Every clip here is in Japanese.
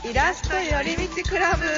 イラスト寄り道クラブ。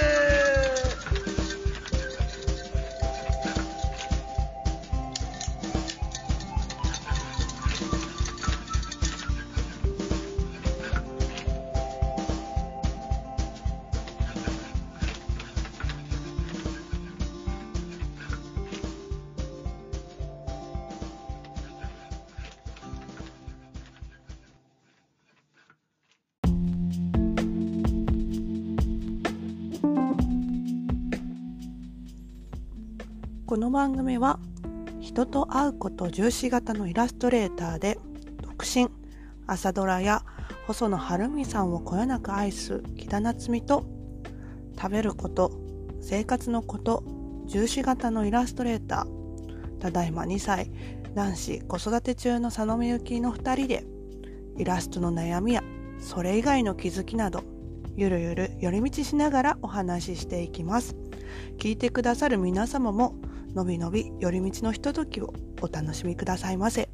この番組は人と会うこと重視型のイラストレーターで独身朝ドラや細野晴臣さんをこよなく愛す木田夏実と食べること生活のこと重視型のイラストレーターただいま2歳男子子育て中の佐野美幸の2人でイラストの悩みやそれ以外の気づきなどゆるゆる寄り道しながらお話ししていきます。聞いてくださる皆様ものびのび寄り道のひとときをお楽しみくださいませ。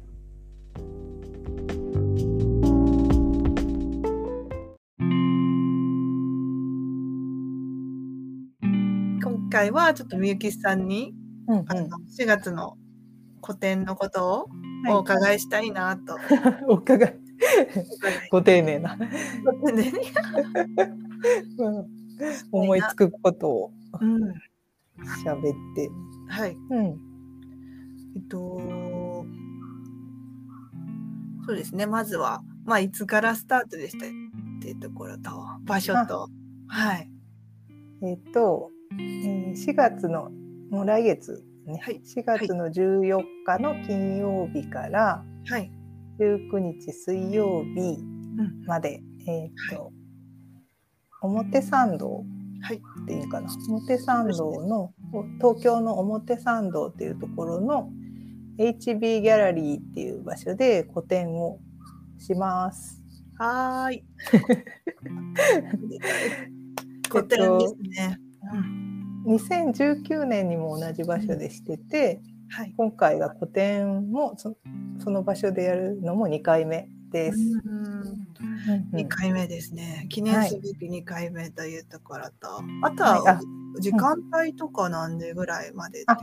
今回はちょっとみゆきさんに、4月の個展のことをお伺いしたいなと、 お伺いご丁寧な思いつくことを喋って、 はい、そうですね。まずは、いつからスタートでしたっていうところと場所と、はい。 4月のもう来月ね、4月の14日の金曜日から、19日水曜日まで、表参道っていうかな、表参道の、東京の表参道っていうところの HB ギャラリーっていう場所で個展をします。 はーい。個展ですね。 2019年にも同じ場所でしてて、今回が個展も その場所でやるのも2回目です。 2回目ですね。記念すべき2回目というところと、あとは時間帯とか何時ぐらいまでって、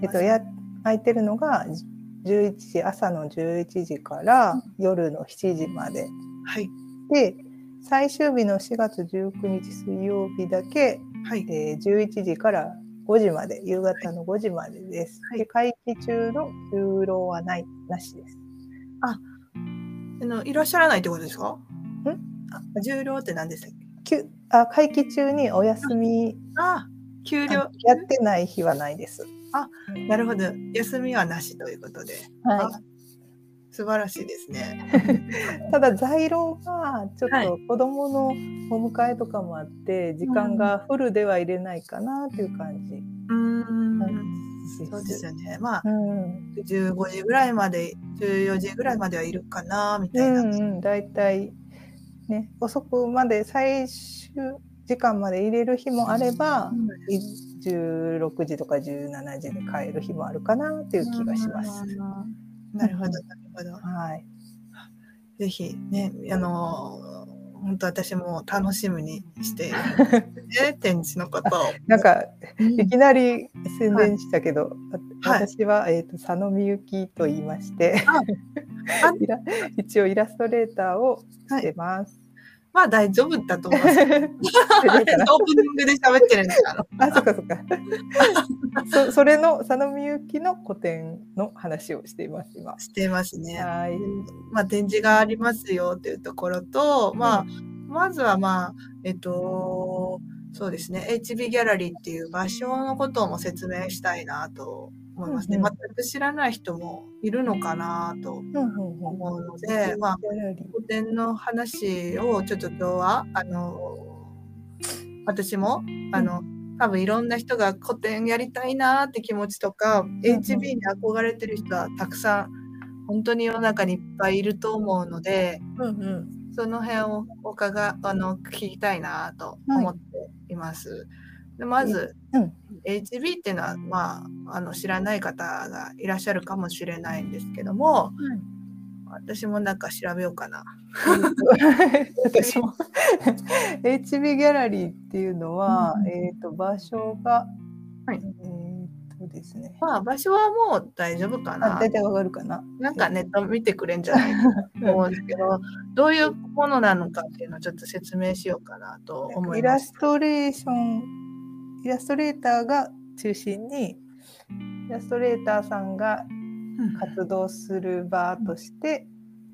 空いてるのが11時、朝の11時から夜の7時まで、で最終日の4月19日水曜日だけ、11時から5時まで、夕方の5時までです。で会期中の休労はなしです。 いらっしゃらないってことですか？休労って何でしたっけ？ 会期中にお休み、 休業やってない日はないです。 なるほど。休みはなしということで。素晴らしいですね。 ただ在廊がちょっと子どものお迎えとかもあって、時間がフルでは入れないかなという感じ。 そうですよね。15時ぐらいまで、14時ぐらいまではいるかなみたいな。 だいたいね、遅くまで最終時間まで入れる日もあれば、16時とか17時で帰る日もあるかなっていう気がします。 なるほど、なるほど。ぜひね、本当私も楽しみにしている、展示のことを。 なんか、いきなり宣伝したけど、私は、佐野美幸と言いまして、一応イラストレーターをしてます。 大丈夫だと思います。オープニングで喋ってるんだ。 そっか。それの佐野美幸の個展の話をしています、今。 してますね。展示がありますよというところと、まずはそうですね、HB ギャラリーっていう場所のことも説明したいなと思いますね。全く知らない人もいるのかなと思うので、個展の話をちょっと今日は私も多分いろんな人が個展やりたいなって気持ちとか、HB に憧れてる人はたくさん本当に世の中にいっぱいいると思うので、その辺を聞きたいなと思っています。でまず、HB っていうのは、知らない方がいらっしゃるかもしれないんですけども、 私もなんか調べようかな。 私もHB ギャラリーっていうのは、場所が、 はい、 ですね。 まあ場所はもう大丈夫かな。 大体わかるかな。 なんかネット見てくれんじゃないかと思うんですけど、どういうものなのかっていうのをちょっと説明しようかなと思います。 イラストレーターが中心に、イラストレーターさんが活動する場として、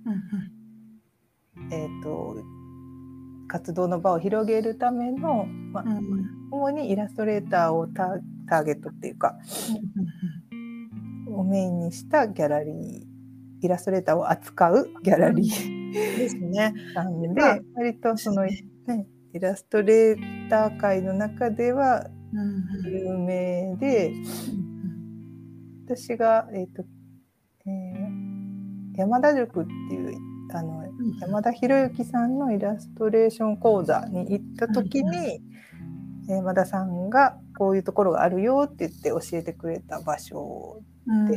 活動の場を広げるための、主にイラストレーターをターゲットっていうか、をメインにしたギャラリー、イラストレーターを扱うギャラリーですね。 なんで、割とその、イラストレーター界の中では有名で、私が、山田塾っていう山田博之さんのイラストレーション講座に行った時に、山田さんがこういうところがあるよって言って教えてくれた場所です。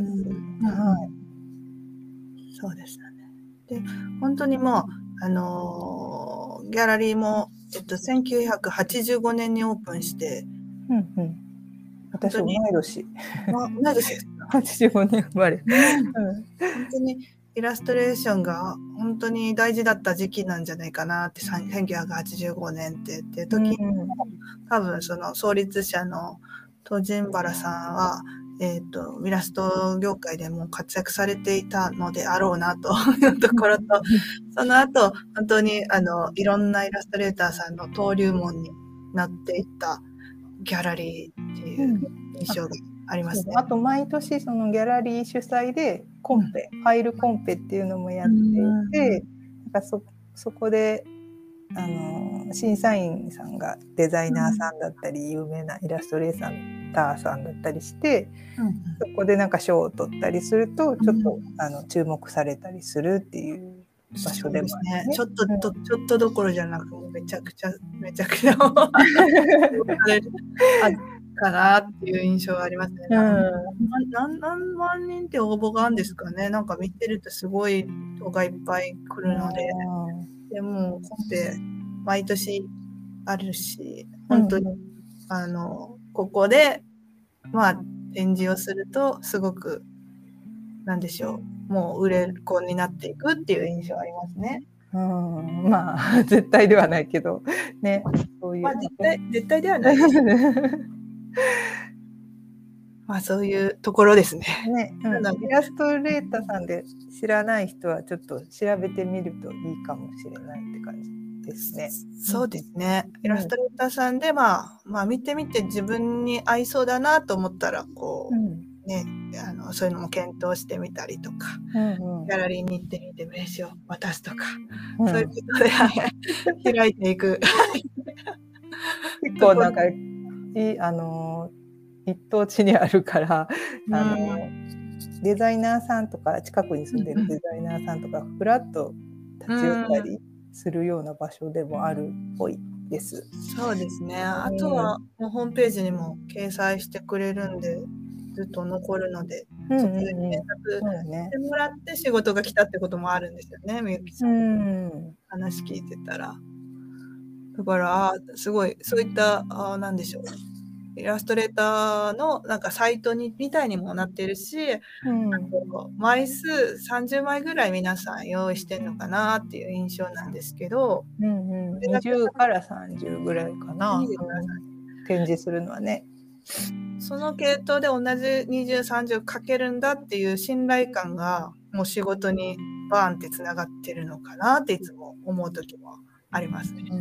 そうですよね。で、本当にもうギャラリーも、1985年にオープンして、 私同い年。 同い年ですか 85年生まれ。 本当にイラストレーションが本当に大事だった時期なんじゃないかなって、1985年っていう時に、多分その創立者の戸神原さんは、イラスト業界でも活躍されていたのであろうなというところと、その後本当にいろんなイラストレーターさんの登竜門になっていったギャラリーっていう印象がありますね。 あと毎年そのギャラリー主催でコンペ、ファイルコンペっていうのもやっていて、なんかそこで審査員さんがデザイナーさんだったり、有名なイラストレーターさんだったりして、そこでなんか賞を取ったりするとちょっと、注目されたりするっていう場所でもあるね。 ちょっとどころじゃなく、めちゃくちゃかなっていう印象がありますね。何万人って応募があるんですかね。なんか見てるとすごい人がいっぱい来るので、でもコンペ毎年あるし、本当にここで展示をするとすごくなんでしょう、もう売れっ子になっていくっていう印象ありますね。 まあ絶対ではないけどね、そういう絶対ではないです。そういうところですね。 イラストレーターさんで知らない人はちょっと調べてみるといいかもしれないって感じですね。 そうですね。イラストレーターさんで見てみて自分に合いそうだなと思ったらそういうのも検討してみたりとか、ギャラリーに行ってみて名刺を渡すとか、そういうことで開いていく。 結構なんか一等地にあるからデザイナーさんとか近くに住んでるデザイナーさんとかフラッと立ち寄ったりするような場所でもあるっぽいです。 そうですね。あとはホームページにも掲載してくれるんでずっと残るので、そこで検索してもらって仕事が来たってこともあるんですよね、みゆきさん。話聞いてたら。だからすごいそういったなんでしょう。イラストレーターのなんかサイトみたいにもなってるし、枚数30枚ぐらい皆さん用意してるのかなっていう印象なんですけど、 20から30ぐらいかな、展示するのはね。 その系統で同じ20、30書けるんだっていう信頼感がもう仕事にバーンってつながってるのかなっていつも思う時もありますね。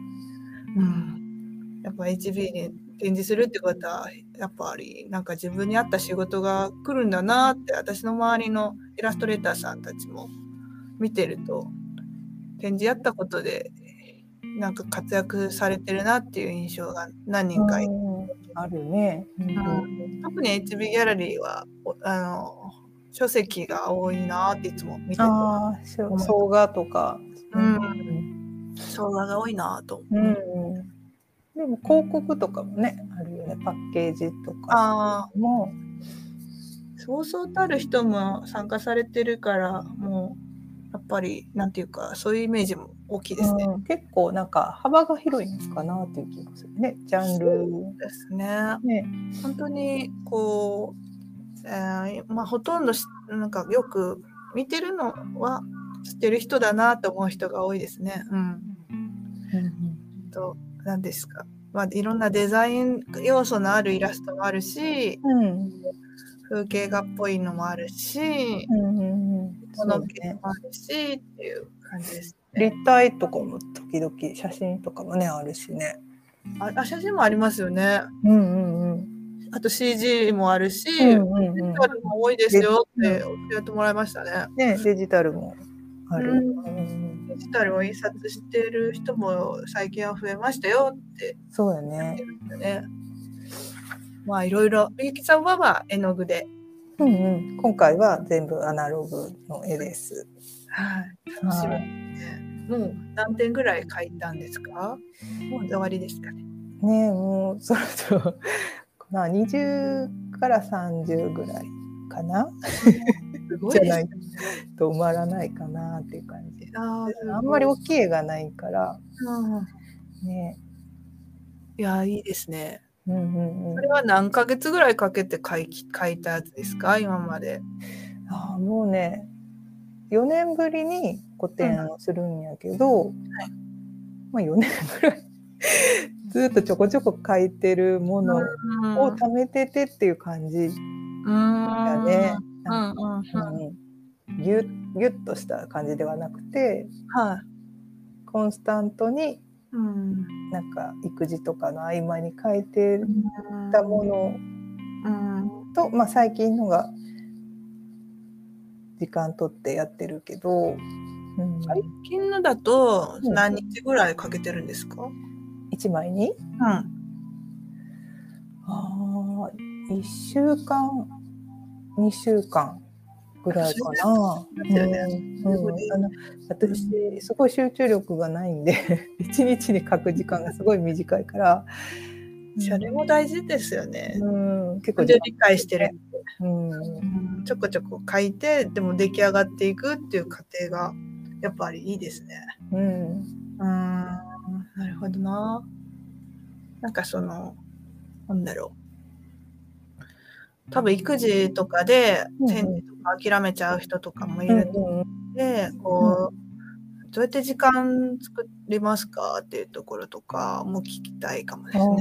やっぱ HB に展示するってことはやっぱりなんか自分に合った仕事が来るんだなって私の周りのイラストレーターさんたちも見てると展示やったことでなんか活躍されてるなっていう印象が何人かあるね。 特に HB ギャラリーは書籍が多いなっていつも見てて、 総画とか、 総画が多いなと思う。 でも広告とかもねあるよね、パッケージとかも。 そうそうたる人も参加されてるからもやっぱりなんていうかそういうイメージも大きいですね。 結構なんか幅が広いのかなっていう気がするね、ジャンル。 そうですね。 ね、 本当にこう、まあほとんどなんかよく見てるのは知ってる人だなと思う人が多いですね。何ですか。まあいろんなデザイン要素のあるイラストもあるし、風景画っぽいのもあるし、物系もあるしっていう感じです、 ね。立体とかも時々写真とかもねあるしね。 写真もありますよね。あと CG もあるし、デジタルも多いですよって教えてもらいましたね。 ね、デジタルもある。 デジタルを印刷してる人も最近は増えましたよって。 そうやね。 まあいろいろ。ゆきさんは絵の具で。 今回は全部アナログの絵です。 はい。楽しみですね。もう何点ぐらい描いたんですか？もう終わりですかね。 ね、もうそろそろ20から30ぐらいかな。 すごいですね。 じゃないと埋まらないかなっていう感じ。あんまり大きい絵がないから。ね。 いや、いいですね。それは何ヶ月ぐらいかけて描いたやつですか、今まで？ もうね、4年ぶりに個展をするんやけど、まあ4年ぐらいずっとちょこちょこ描いてるものを貯めててっていう感じだね。ギュッとした感じではなくて、コンスタントになんか育児とかの合間に描いてたものと、まあ最近のが時間取ってやってるけど、 最近のだと何日ぐらいかけてるんですか ？1枚に1週間2週間ぐらいかな。私すごい集中力がないんで1日に描く時間がすごい短いから、 それも大事ですよね。 結構理解してる。ちょこちょこ書いて、でも出来上がっていくっていう過程がやっぱりいいですね。なるほどな。なんかなんだろう。多分育児とかで展示とか諦めちゃう人とかもいるので、どうやって時間作りますかっていうところとかも聞きたいかもですね。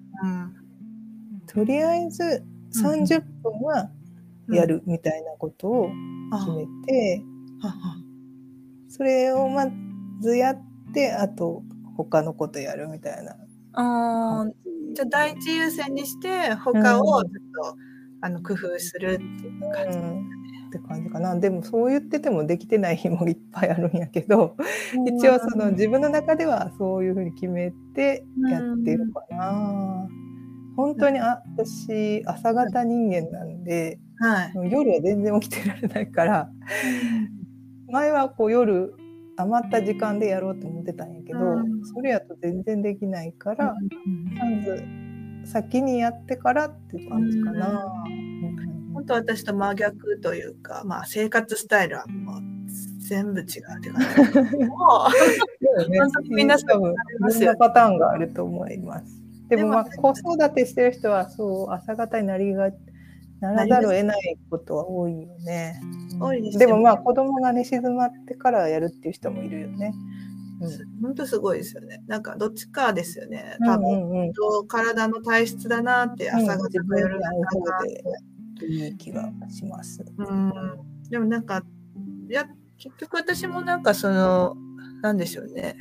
とりあえず30分はやるみたいなことを決めて、それをまずやって、あと他のことやるみたいな。 じゃあ第一優先にして他をちょっと工夫するっていう感じって感じかな。でもそう言っててもできてない日もいっぱいあるんやけど、一応自分の中ではそういうふうに決めてやってるかな。本当に私朝型人間なんで、夜は全然起きてられないから、前は夜余った時間でやろうと思ってたんやけど、それやと全然できないから、まず先にやってからっていう感じかな。 本当私と真逆というか、まあ生活スタイルはもう全部違うって感じ。 みんな多分いろんなパターンがあると思います。でもまあ子育てしてる人はそう朝方にならざるを得ないことは多いよね。でもまあ子供がね静まってからやるっていう人もいるよね。 本当すごいですよね。なんかどっちかですよね。多分、体の体質だなって朝方と夜方でいい気がします。 でもなんか結局私もなんかなんでしょうね。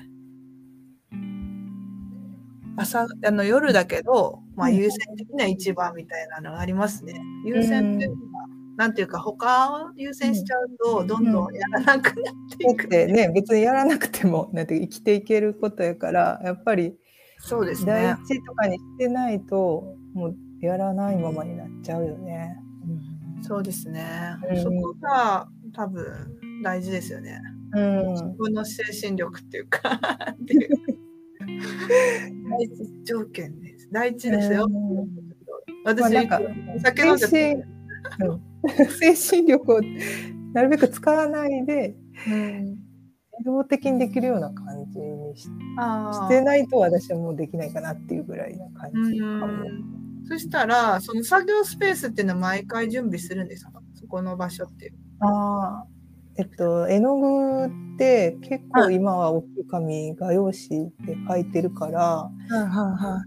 夜だけど、まあ優先的な一番みたいなのがありますね。優先っていうのはなんていうか他を優先しちゃうとどんどんやらなくなっていく。 ね、別にやらなくてもなんて生きていけることやからやっぱりそうですね。 第一とかにしてないともうやらないままになっちゃうよね。 そうですね。そこが多分大事ですよね。自分の精神力っていうか第一条件です。第一ですよ。私、 なんか酒飲んで精神力をなるべく使わないでうん。 自動的にできるような感じにしてあないと私はもうできないかなっていうぐらいな感じかも。 そしたら、その作業スペースっていうのは毎回準備するんですか？そこの場所っていう。 絵の具って結構今は大きい紙画用紙で描いてるから、 はいはいはい。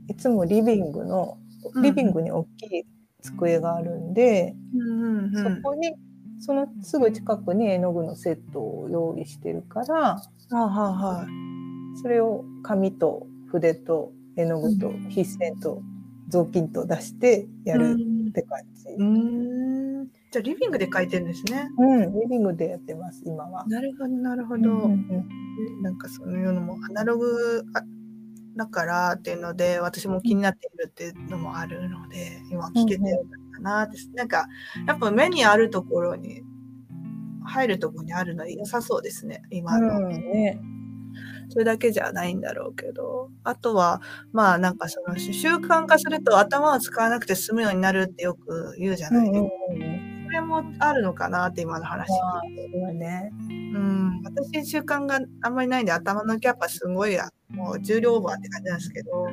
いつもリビングに大きい机があるんで、そこにそのすぐ近くに絵の具のセットを用意してるから、それを紙と筆と絵の具と筆線と雑巾と出してやるって感じ。 じゃあリビングで描いてるんですね。 リビングでやってます今は。 なるほどなるほど。なんかそういうのもアナログだからっていうので私も気になっているっていうのもあるので、今聞けてよかったなって。なんかやっぱ目にあるところに入るところにあるの良さそうですね今の。それだけじゃないんだろうけど、あとはまあなんかその習慣化すると頭を使わなくて済むようになるってよく言うじゃないですか。それもあるのかなって今の話聞いて。私習慣があんまりないんで頭のキャパすごいもう重量オーバーって感じなんですけど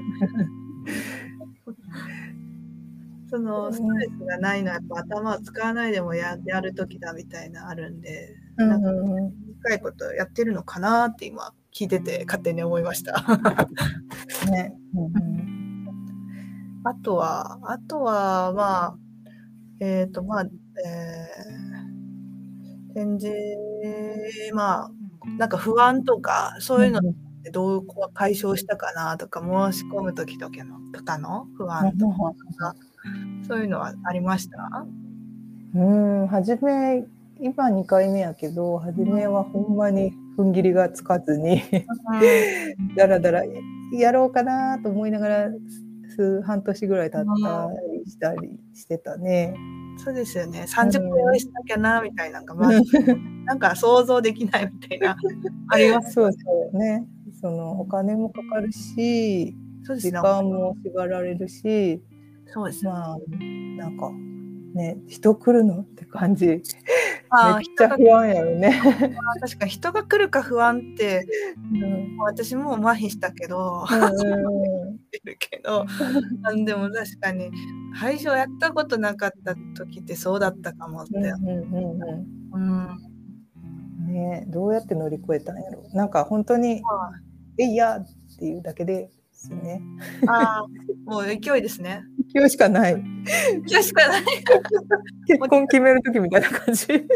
そのストレスがないのはやっぱ頭を使わないでもやる時だみたいなあるんで、なんか深いことやってるのかなって今聞いてて勝手に思いましたあとはまあ展示まあなんか不安とかそういうのってどう解消したかなとか、申し込む時とかの不安とか、そういうのはありました？ 初め今2回目やけど初めはほんまに踏ん切りがつかずにだらだらやろうかなと思いながら半年ぐらい経ったりしたりしてたね。 そうですよね。30分用意しなきゃなみたいなのがまずなんか想像できないみたいなありますよね。そうね。そのお金もかかるし、時間も縛られるし、 そうですね。 まあなんかね、人来るのって感じ。めっちゃ不安やよね。 確かに人が来るか不安って、私も麻痺したけど、でも確かに配信やったことなかった時ってそうだったかもって。 ね、どうやって乗り越えたんやろ。なんか本当にいやっていうだけですね。 もう勢いですね。 勢いしかない。 勢いしかない。 結婚決める時みたいな感じ。 結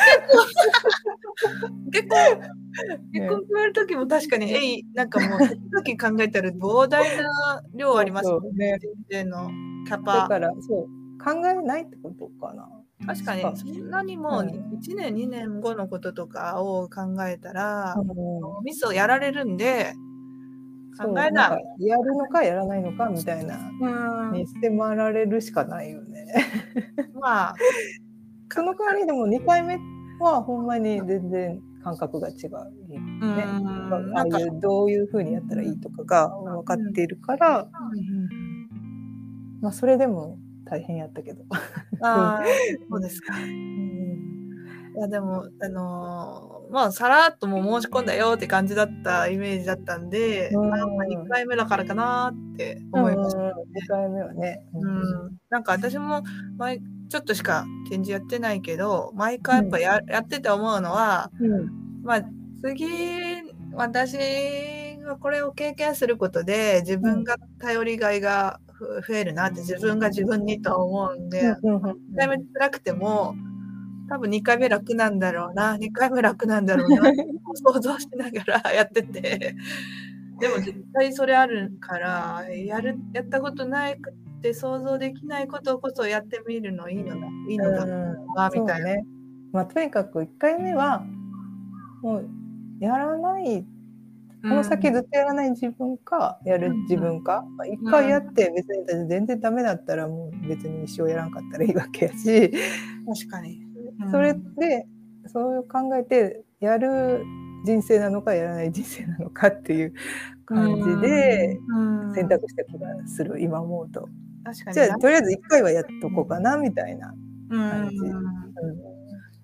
婚決める時も確かになんかもう時考えたら膨大な量ありますね。人生のキャパ。 だからそう考えないってことかな。 確かにそんなにも1年2年後のこととかを考えたら、ミスをやられるんで考えない。 やるのかやらないのかみたいなに迫られるしかないよね。 まあその代わりでも2回目はほんまに全然感覚が違うね。どういう風にやったらいいとかが分かっているから、まあそれでも大変やったけど。 そうですか。いやでもまあさらっともう申し込んだよって感じだったイメージだったんで、2回目だからかなって思いました。 2回目はね。 なんか私もちょっとしか展示やってないけど毎回やっぱやってて思うのは、まあ次私がこれを経験することで自分が頼りがいが増えるなって自分が自分にと思うんで、1回目辛くても多分2回目楽なんだろうな2回目楽なんだろうな想像しながらやっててでも絶対それあるからやったことないくて想像できないことこそやってみるのいいのだなみたいな。 ね。まあとにかく1回目はもうやらないこの先ずっとやらない自分かやる自分か、1回やって別に全然ダメだったらもう別に一生やらんかったらいいわけやし、 確かに、 それでそう考えてやる人生なのかやらない人生なのかっていう感じで選択した気がする今思うと。 確かにじゃあとりあえず1回はやっとこうかなみたいな感じ。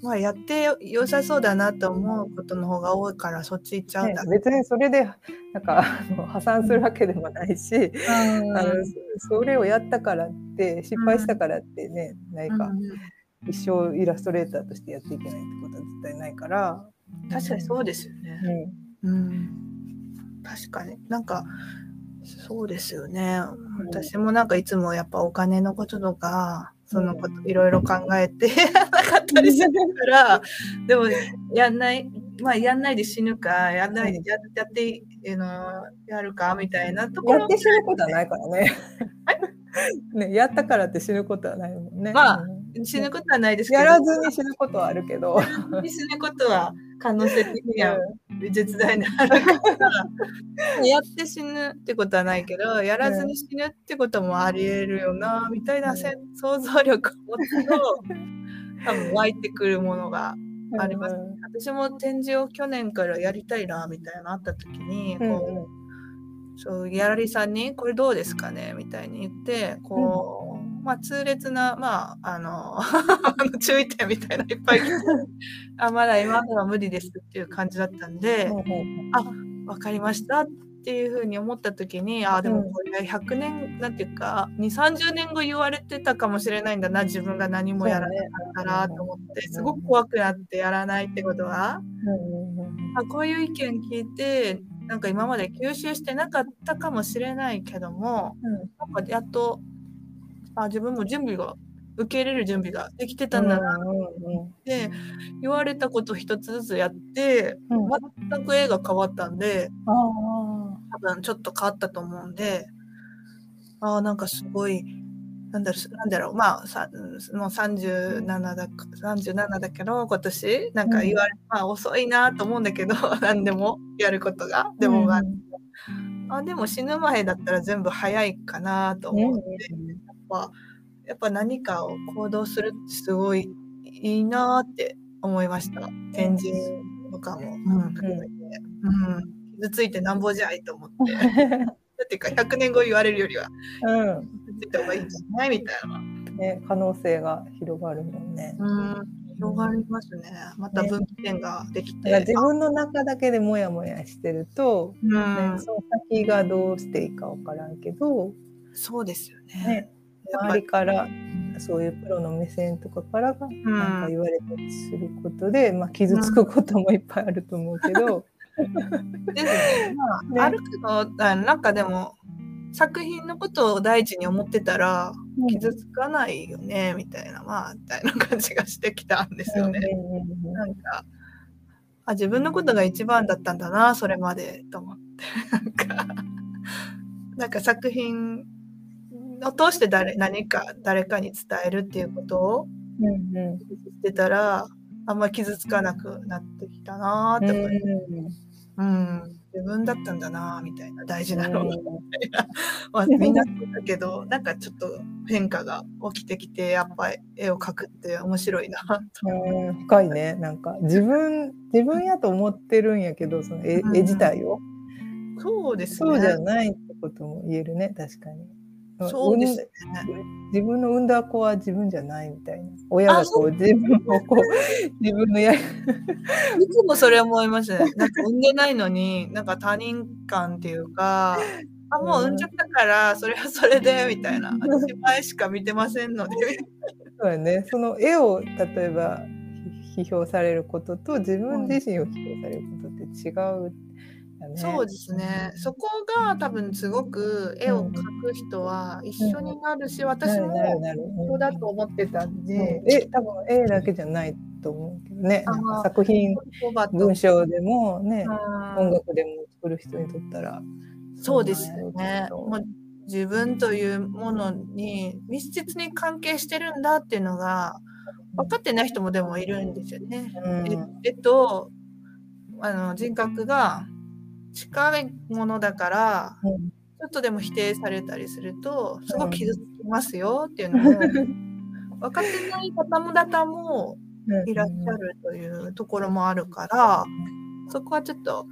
まあやって良さそうだなと思うことの方が多いからそっち行っちゃうんだ。 別にそれでなんか破産するわけでもないし、それをやったからって失敗したからってね、何か一生イラストレーターとしてやっていけないってことは絶対ないから。 確かにそうですよね。確かになんかそうですよね。私もなんかいつもやっぱお金のこととかそのこといろいろ考えてなかったりするからでもやんないで死ぬかやんないでやってやるかみたいなところやって死ぬことはないからね。ね、やったからって死ぬことはないもんね。 まあ死ぬことはないですけど、 やらずに死ぬことはあるけど、 死ぬことは可能性的には絶大にあるからやって死ぬってことはないけどやらずに死ぬってこともありえるよなみたいな想像力を持つと多分湧いてくるものがあります。私も展示を去年からやりたいなみたいなのあった時にこうそうギャラリーさんにこれどうですかねみたいに言ってこう、まあ痛烈な注意点みたいないっぱい来てまだ今では無理ですっていう感じだったんでわかりましたっていうふうに思った時にでもこれ100年なんていうか2、30年後言われてたかもしれないんだな自分が何もやらなかったらと思ってすごく怖くなってやらないってことはこういう意見聞いてなんか今まで吸収してなかったかもしれないけども、なんかやっと自分も受け入れる準備ができてたんだなって言われたこと一つずつやって、全く絵が変わったんで、多分ちょっと変わったと思うんで、なんかすごいなんだろうもう37だけど今年なんか遅いなと思うんだけど何でもやることがでもでも死ぬ前だったら全部早いかなと思って、やっぱ何かを行動するってすごいいいなって思いました。展示とかも含めて、傷ついてなんぼじゃいと思って。だっていうか100年後言われるよりはついた方がいいんじゃないみたいな、 可能性が広がるもんね。 広がりますね。また分岐点ができて、 自分の中だけでモヤモヤしてると、その先がどうしていいか分からんけど、 そうですよね。 周りからそういうプロの目線とかからがなんか言われたりすることで、傷つくこともいっぱいあると思うけど。 ですね。あるけどなんかでも作品のことを第一に思ってたら傷つかないよねみたいなみたいな感じがしてきたんですよね。なんか自分のことが一番だったんだなそれまでと思ってなんか作品を通して誰かに伝えるっていうことをしてたらあんまり傷つかなくなってきたなって思って。自分だったんだなみたいな大事なのみたいなみんなそうだけどなんかちょっと変化が起きてきてやっぱり絵を描くって面白いなと。 深いね。なんか自分やと思ってるんやけどその絵自体をそうですね。 そうじゃないってことも言えるね確かに。 そうですね。 自分の産んだ子は自分じゃないみたいな。親がこう自分を自分のいつもそれ思いますね。なんか産んでないのになんか他人感っていうかもう産んじゃったからそれはそれでみたいな私前しか見てませんのでそうやね。その絵を例えば批評されることと自分自身を批評されることって違う。 そうですね。そこが多分すごく絵を描く人は一緒になるし、私も一緒だと思ってたんで、 多分絵だけじゃないと思うけどね。なんか作品文章でもね、音楽でも作る人にとったらそうですよね。自分というものに密接に関係してるんだっていうのが分かってない人もでもいるんですよね。人格が近いものだから、ちょっとでも否定されたりするとすごく傷つきますよっていうのを分かってない方もいらっしゃるというところもあるからそこはちょっと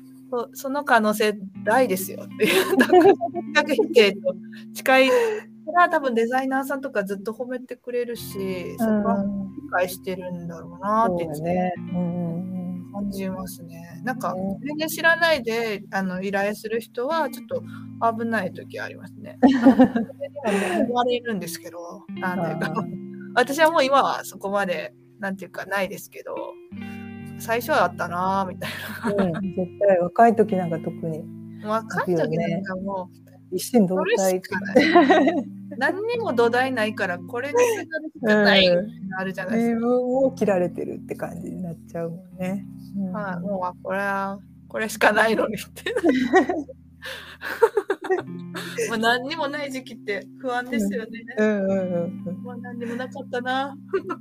その可能性大ですよっていう人格否定と近いれは多分デザイナーさんとかずっと褒めてくれるし、そこは理解してるんだろうなってそうだね。 感じますね。なんか全然知らないで依頼する人はちょっと危ない時ありますね。言われるんですけど、なんていうか私はもう今はそこまでなんていうかないですけど、最初はあったなみたいな。絶対若い時なんか特に。 な。若い時なんかもう一心同体しかない。何にも土台ないからこれにするしかないあるじゃないですか。 自分を切られてるって感じになっちゃうもんね。 もうこれしかないのにってもう何にもない時期って不安ですよね。もう何にもなかったな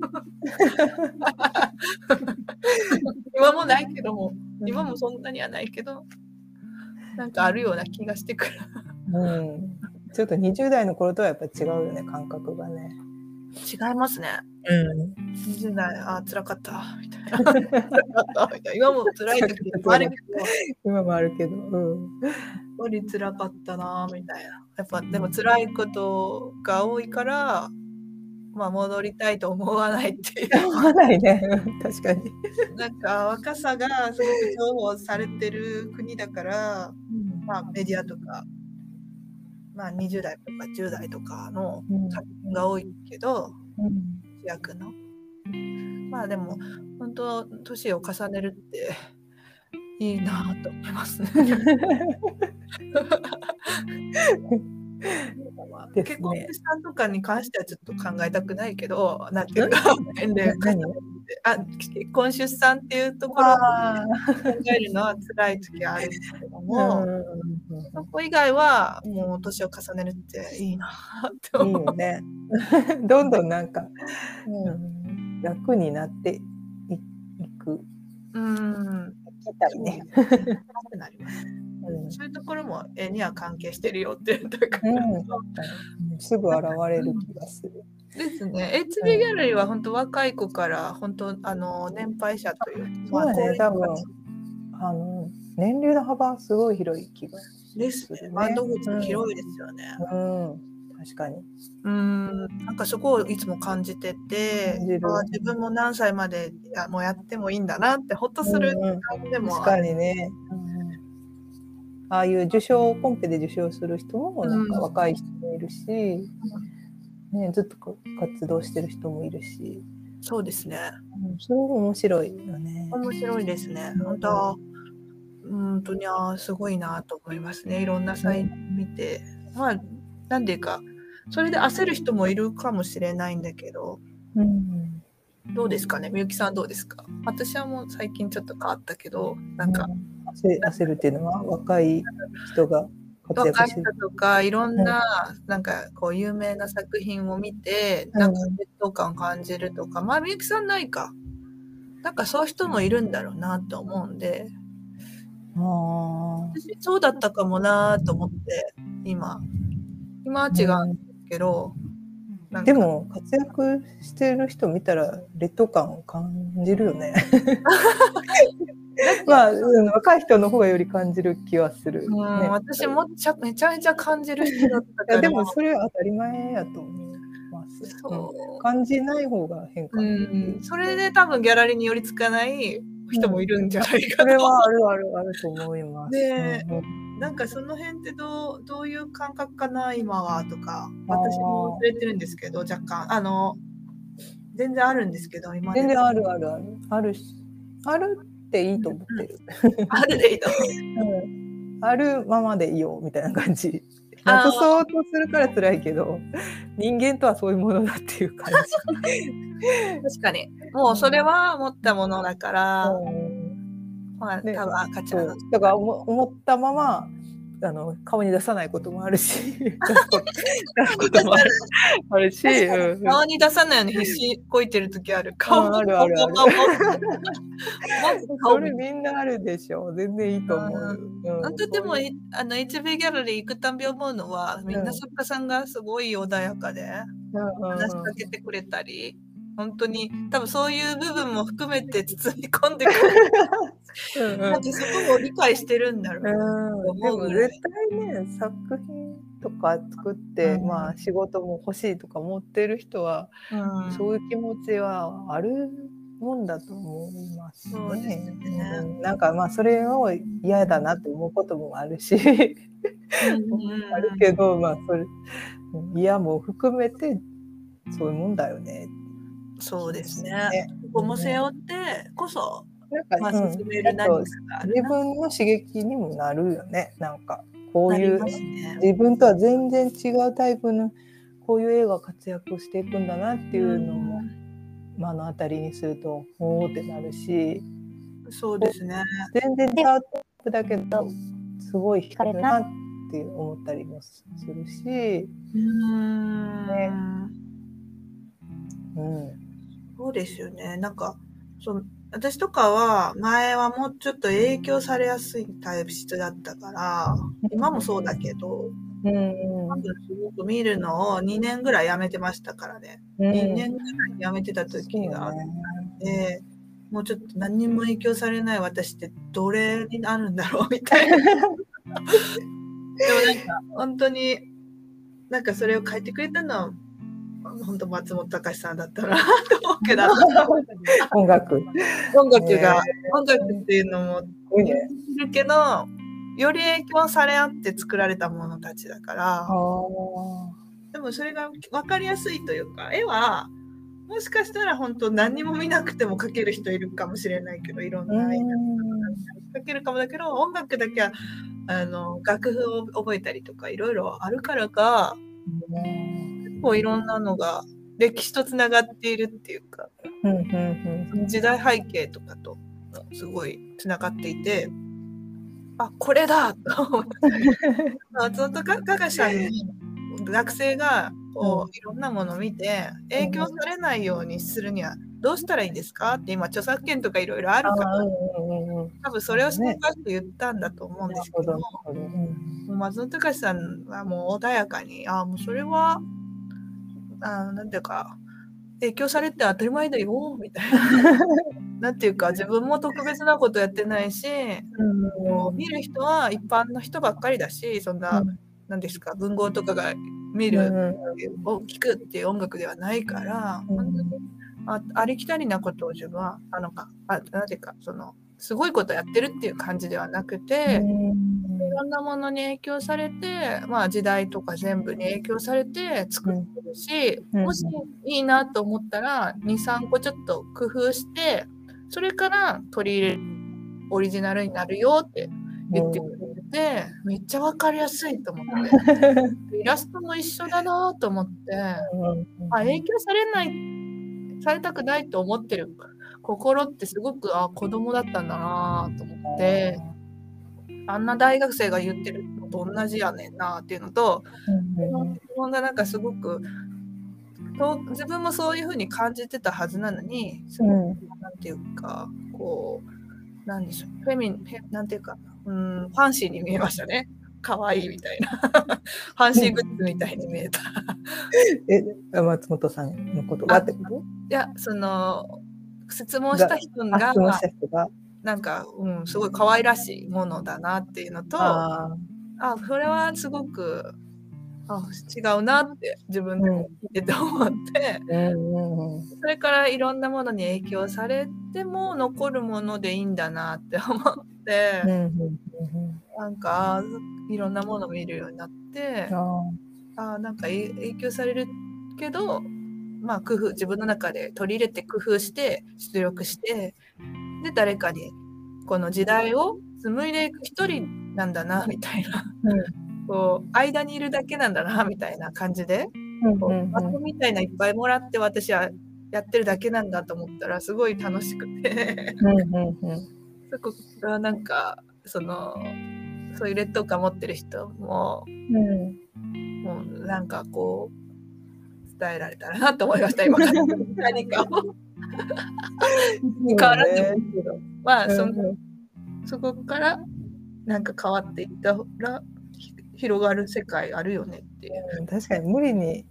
今もないけども、今もそんなにはないけど、なんかあるような気がしてくる。 ちょっと20代の頃とはやっぱり違うよね、感覚がね。 違いますね。20代、辛かったみたいな。今も辛い時もあるけど、 今もあるけど、 やっぱり辛かったなみたいな。やっぱでも辛いことが多いから、戻りたいと思わないっていう。 思わないね、確かに。 なんか若さがすごく重宝されてる国だから、メディアとか。20代とか10代とかの作品が多いけど、主役の。でも、本当、年を重ねるっていいなと思いますね。結婚したとかに関してはちょっと考えたくないけど、なんていうか、年齢が結婚出産っていうところを考えるのは辛い時はあるんですけども、そこ以外はもう年を重ねるっていいなって思う。 いいよね。どんどんなんか、楽になっていく。聞きたいね。 そういうところも絵には関係してるよって言ったから、 すぐ現れる気がする。 ですね。HB ギャラリーは本当若い子から本当年配者という。 そうだね、多分年齢の幅すごい広い気がする。 ですね。窓口も広いですよね。 確かに。 なんかそこをいつも感じてて、自分も何歳までもうやってもいいんだなってほっとする感じでも確かにね。ああいうコンペで受賞する人もなんか若い人もいるし、ずっと活動してる人もいるし。 そうですね。 それも面白いよね。 面白いですね。本当にすごいなと思いますね。いろんなサイト見て、なんていうかそれで焦る人もいるかもしれないんだけど、どうですかね。みゆきさんどうですか。私はもう最近ちょっと変わったけど、なんか焦るっていうのは若い人が活躍してる。 若い人とかいろんな、なんかこう有名な作品を見て、なんか劣等感を感じるとか、みゆきさんないか。なんかそういう人もいるんだろうなと思うんで、私そうだったかもなと思って、今は違うんですけど、 でも活躍してる人見たら劣等感を感じるよね。若い人の方がより感じる気はする、 私もめちゃめちゃ感じる人だったから。 でもそれは当たり前やと思います。感じない方が変かな。 それで多分ギャラリーに寄りつかない人もいるんじゃないかと。それはあると思います。 なんかその辺ってどういう感覚かな今はとか、私も忘れてるんですけど、若干全然あるんですけど、今全然あるっていいと思ってる。 あるでいいと思う。あるままでいいよみたいな感じ。なくそうとするから辛いけど、人間とはそういうものだっていう感じ。 確かに。もうそれは持ったものだから、多分赤ちゃんの。 だから思ったまま顔に出さないこともあるし、出すこともあるし、 顔に出さないように必死こいてる時ある。 ある。それみんなあるでしょ。全然いいと思う。 本当でもHB ギャラリー行くたんび思うのは、みんな作家さんがすごい穏やかで話しかけてくれたり、本当に多分そういう部分も含めて包み込んでくる。なんかそこも理解してるんだろう。 でも絶対ね、作品とか作って、まあ仕事も欲しいとか思ってる人は、そういう気持ちはあるもんだと思いますね。 そうですね。 なんかまあそれを嫌だなって思うこともあるしあるけど、まあそれ嫌も含めてそういうもんだよね。 そうですね。ここも背負ってこそ、 なんか、 進める何かがあるな。 自分の刺激にもなるよね。なんかこういう、 ね、 自分とは全然違うタイプのこういう絵が活躍していくんだなっていうのも目の当たりにするとおーってなるし、 そうですね。 全然違うタイプだけどすごい惹かれるなって思ったりもするし、ね、 そうですよね。なんか私とかは前はもうちょっと影響されやすいタイプ質だったから、今もそうだけど、多分すごく見るのを2年ぐらいやめてましたからね。2年ぐらいやめてた時があって、もうちょっと何にも影響されない私ってどれになるんだろうみたいな。でもなんか本当になんかそれを書いてくれたのは本当松本隆さんだったなと思うけど音楽っていうのもいるけど、より影響され合って作られたものたちだから、でもそれが分かりやすいというか、絵はもしかしたら本当何にも見なくても描ける人いるかもしれないけど、いろんな絵が描けるかもだけど、音楽だけは楽譜を覚えたりとかいろいろあるからか、結構いろんなのが歴史とつながっているっていうか、時代背景とかとすごいつながっていて、あ、これだと思って松本隆さんに学生がこういろんなものを見て影響されないようにするにはどうしたらいいんですかって今著作権とかいろいろあるから、多分それをしてかって言ったんだと思うんですけど、松本隆さんはもう穏やかに、もうそれはなんていうか影響されて当たり前だよみたいななんていうか自分も特別なことやってないし、見る人は一般の人ばっかりだし、そんな何ですか文豪とかが見る、聞くっていう音楽ではないから、ありきたりなことを自分はなんていうかすごいことやってるっていう感じではなくて、いろんなものに影響されて、時代とか全部に影響されて作ってるし、もしいいなと思ったら 2,3 個ちょっと工夫してそれから取り入れるオリジナルになるよって言ってくれて、めっちゃ分かりやすいと思ってイラストも一緒だなと思って、影響されたくないと思ってる心ってすごく子供だったんだなと思って、あんな大学生が言ってるのと同じやねんなっていうのと、なんかすごく自分もそういう風に感じてたはずなのに、なんていうかこうなんでしょう、なんていうかファンシーに見えましたね。可愛いみたいなファンシーグッズみたいに見えた松本さんのことがってこと？ いや質問した人がなんか、すごい可愛らしいものだなっていうのと、それはすごく違うなって自分で聞いてて思って、それからいろんなものに影響されても残るものでいいんだなって思って、なんかいろんなものを見るようになって、なんか影響されるけど、工夫自分の中で取り入れて工夫して出力してで誰かにこの時代を紡いでいく一人なんだなみたいな、こう間にいるだけなんだなみたいな感じで、箱みたいないっぱいもらって私はやってるだけなんだと思ったらすごい楽しくてそこがなんかそういう劣等感持ってる人も、もうなんかこう伝えられたらなと思いました今から何かを変わらずもいいけど、そこからなんか変わっていったら広がる世界あるよねっていう、 確かに無理に、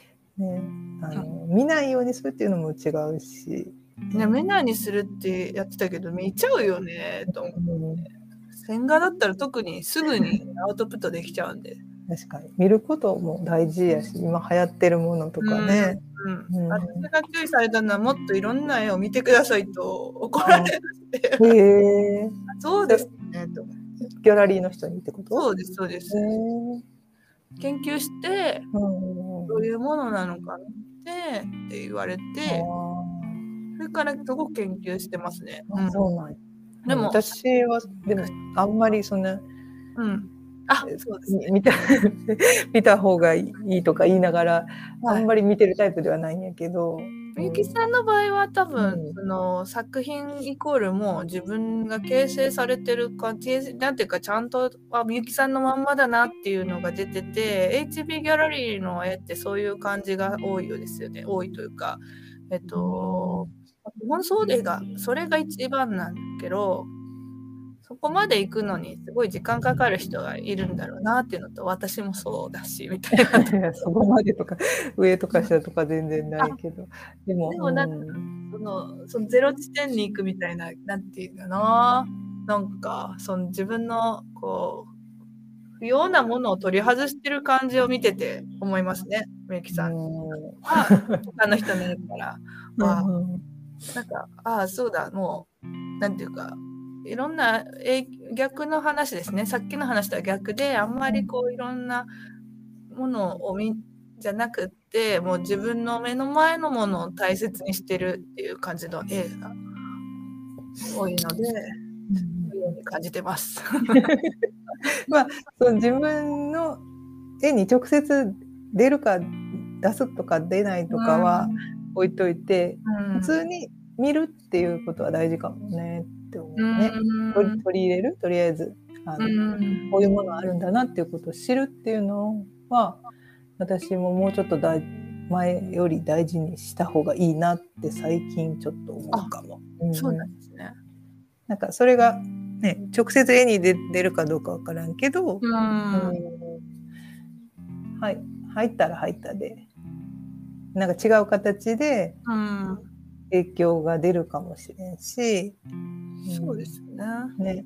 見ないようにするっていうのも違うし、 見ないにするってやってたけど見ちゃうよねと思って、線画だったら特にすぐにアウトプットできちゃうんで確かに見ることも大事やし、今流行ってるものとかね。 私が注意されたのは、もっといろんな絵を見てくださいと怒られて、 へえ。 そうですねと。 ギャラリーの人にってこと？ そうですそうです。研究してどういうものなのか見てって言われて、それからすごく研究してますね。 そうなんや。 でも私はでもあんまりそんな、 そうですね、 見た方がいいとか言いながら、あんまり見てるタイプではないんやけど、 みゆきさんの場合は多分、その作品イコールも自分が形成されてる感じ、なんていうかちゃんとみゆきさんのまんまだなっていうのが出てて、HB ギャラリーの絵ってそういう感じが多いようですよね。多いというか、本総絵がそれが一番なんだけど、そこまで行くのにすごい時間かかる人がいるんだろうなっていうのと、私もそうだしみたいな。 そこまでとか上とか下とか全然ないけど、でもなんか、そのゼロ地点に行くみたいな、なんていうかな、なんかその自分のこう不要なものを取り外してる感じを見てて思いますね、みゆきさん。他の人の絵からなんかそうだ、もうなんていうか。いろんな逆の話ですね。さっきの話とは逆で、あんまりこういろんなものをじゃなくって、もう自分の目の前のものを大切にしてるっていう感じの絵が多いので、そういうように感じてます。 その自分の絵に直接出るか出すとか出ないとかは置いといて、普通に見るっていうことは大事かもねって思うね。取り入れる、とりあえずこういうものあるんだなっていうことを知るっていうのは、私ももうちょっと前より大事にした方がいいなって最近ちょっと思うかも。 そうなんですね。 なんかそれがね、直接絵に出るかどうかわからんけど、入ったら入ったでなんか違う形で影響が出るかもしれんし、 そうですね。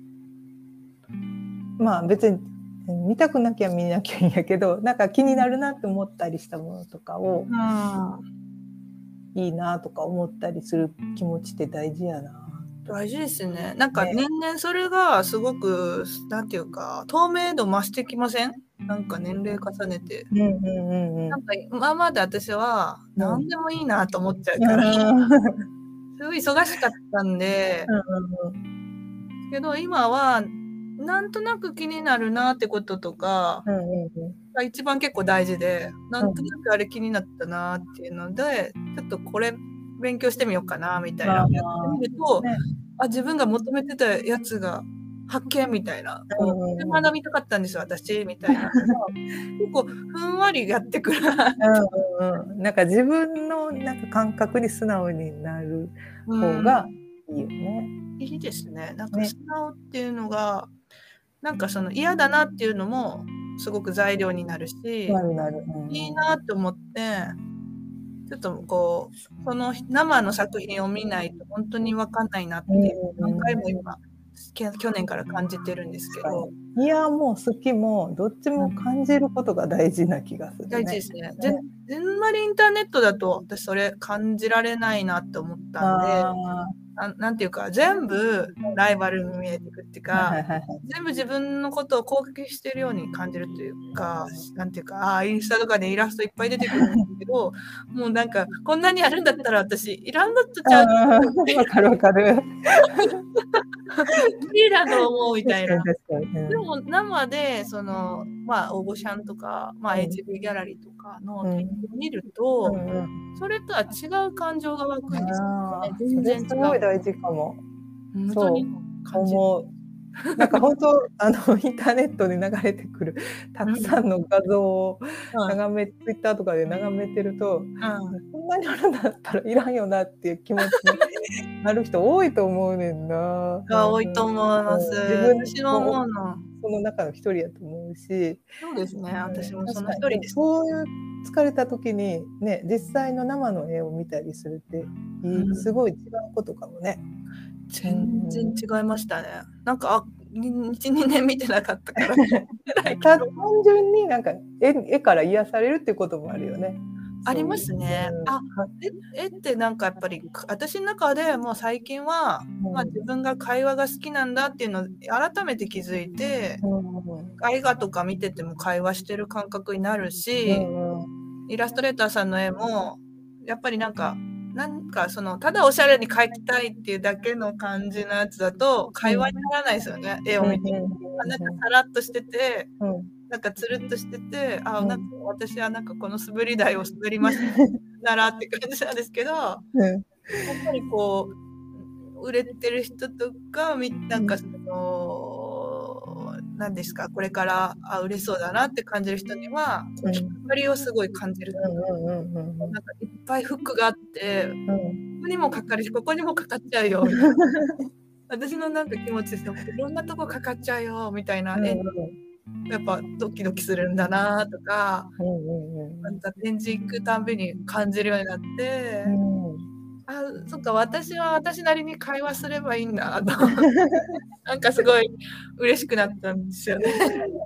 まあ別に見たくなきゃ見なきゃいいんやけど、なんか気になるなって思ったりしたものとかを、いいなとか思ったりする気持ちって大事やな。 大事ですね。なんか年々それがすごくなんていうか透明度増してきません？なんか年齢重ねて、なんか今まで私は何でもいいなと思っちゃうから、すごい忙しかったんで、けど今はなんとなく気になるなってこととかが一番結構大事で、なんとなくあれ気になったなっていうので、ちょっとこれ勉強してみようかなみたいなやってみると、自分が求めてたやつが発見みたいな、学びたかったんですよ私みたいな結構ふんわりやってくるなんか自分のなんか感覚に素直になる方がいいよね。 いいですね。なんか素直っていうのが、なんかその嫌だなっていうのもすごく材料になるし、いいなって思って、ちょっとこうその生の作品を見ないと本当に分かんないなって何回も今去年から感じてるんですけど、 いやもう好きもどっちも感じることが大事な気がするね。 大事ですね。あんまりインターネットだと私それ感じられないなって思ったんで、なんていうか全部ライバルに見えてくっていうか、全部自分のことを攻撃してるように感じるというか、なんていうかインスタとかでイラストいっぱい出てくるんですけどもうなんかこんなにあるんだったら私いらんだっちゃうわかるわかるいいだと思うみたいな。でも生でその応募シャンとか、HB ギャラリーとかの展示を見ると、それとは違う感情が湧くんですよね。全然違う。 すごい大事かも。 本当に思う。なんか本当インターネットで流れてくるたくさんの画像を眺め、ツイッターとかで眺めてると、こんなにあるんだったらいらんよなっていう気持ちになる人多いと思うねんな。 多いと思います。私も思うの。 その中の一人やと思うし。 そうですね。私もその一人です。 そういう疲れた時にね、実際の生の絵を見たりするってすごい違うことかもね。 全然違いましたね。なんか 2年見てなかったから単純になんか絵から癒されるっていうこともあるよね。 ありますね。絵ってなんかやっぱり私の中でもう最近は、自分が会話が好きなんだっていうのを改めて気づいて、絵画とか見てても会話してる感覚になるし、イラストレーターさんの絵もやっぱりなんかそのただおしゃれに描きたいっていうだけの感じのやつだと会話にならないですよね、絵を見て。なんかさらっとしてて、なんかつるっとしてて、なんか私はなんかこの滑り台を滑りましたならって感じなんですけど、やっぱりこう売れてる人とかなんかその何ですか、これから売れそうだなって感じる人には光をすごい感じる。なんかいっぱいフックがあって、ここにもかかるしここにもかかっちゃうよみたいな私のなんか気持ちですよ。いろんなとこかかっちゃうよみたいな絵やっぱドキドキするんだなとか、なんか展示行くたんびに感じるようになって、そっか、私は私なりに会話すればいいんだとなんかすごい嬉しくなったんですよね。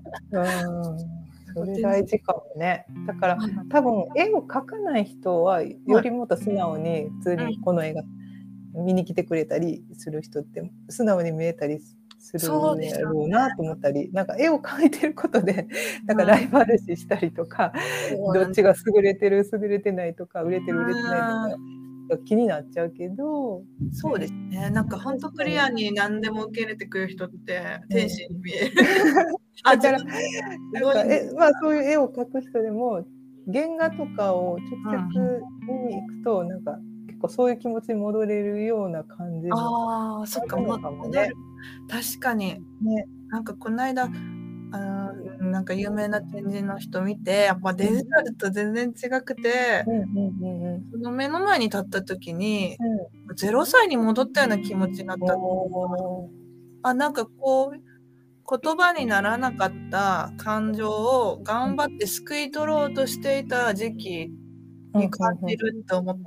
それ大事かもね。だから多分絵を描かない人はよりもっと素直に普通にこの絵が見に来てくれたりする人って素直に見えたりするんやろうなと思ったり、なんか絵を描いてることでなんかライバル視したりとか、どっちが優れてる優れてないとか売れてる売れてないとか気になっちゃうけど、 そうですね。なんか本当クリアに何でも受け入れてくれる人って天使に見える。 だからそういう絵を描く人でも原画とかを直接見に行くとなんか結構そういう気持ちに戻れるような感じもそっかもね。確かに、なんかこの間なんか有名な展示の人見て、やっぱデジタルと全然違くて、その目の前に立った時に、0歳に戻ったような気持ちになったなんかこう言葉にならなかった感情を頑張ってすくい取ろうとしていた時期に感じると思って、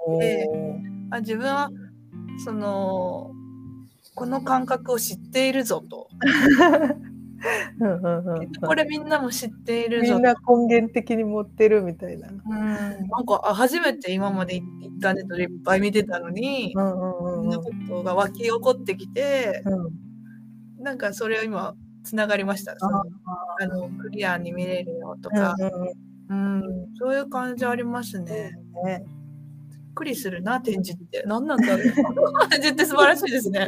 自分はそのこの感覚を知っているぞとこれみんなも知っているぞ、 みんな根源的に持ってるみたいな。 なんか初めて今までインターネットでいっぱい見てたのに、そんなことが湧き起こってきて、なんかそれを今つながりました。クリアに見れるよとか、そういう感じありますね。びっくりするな、展示って何なんだろう。展示って素晴らしいですね。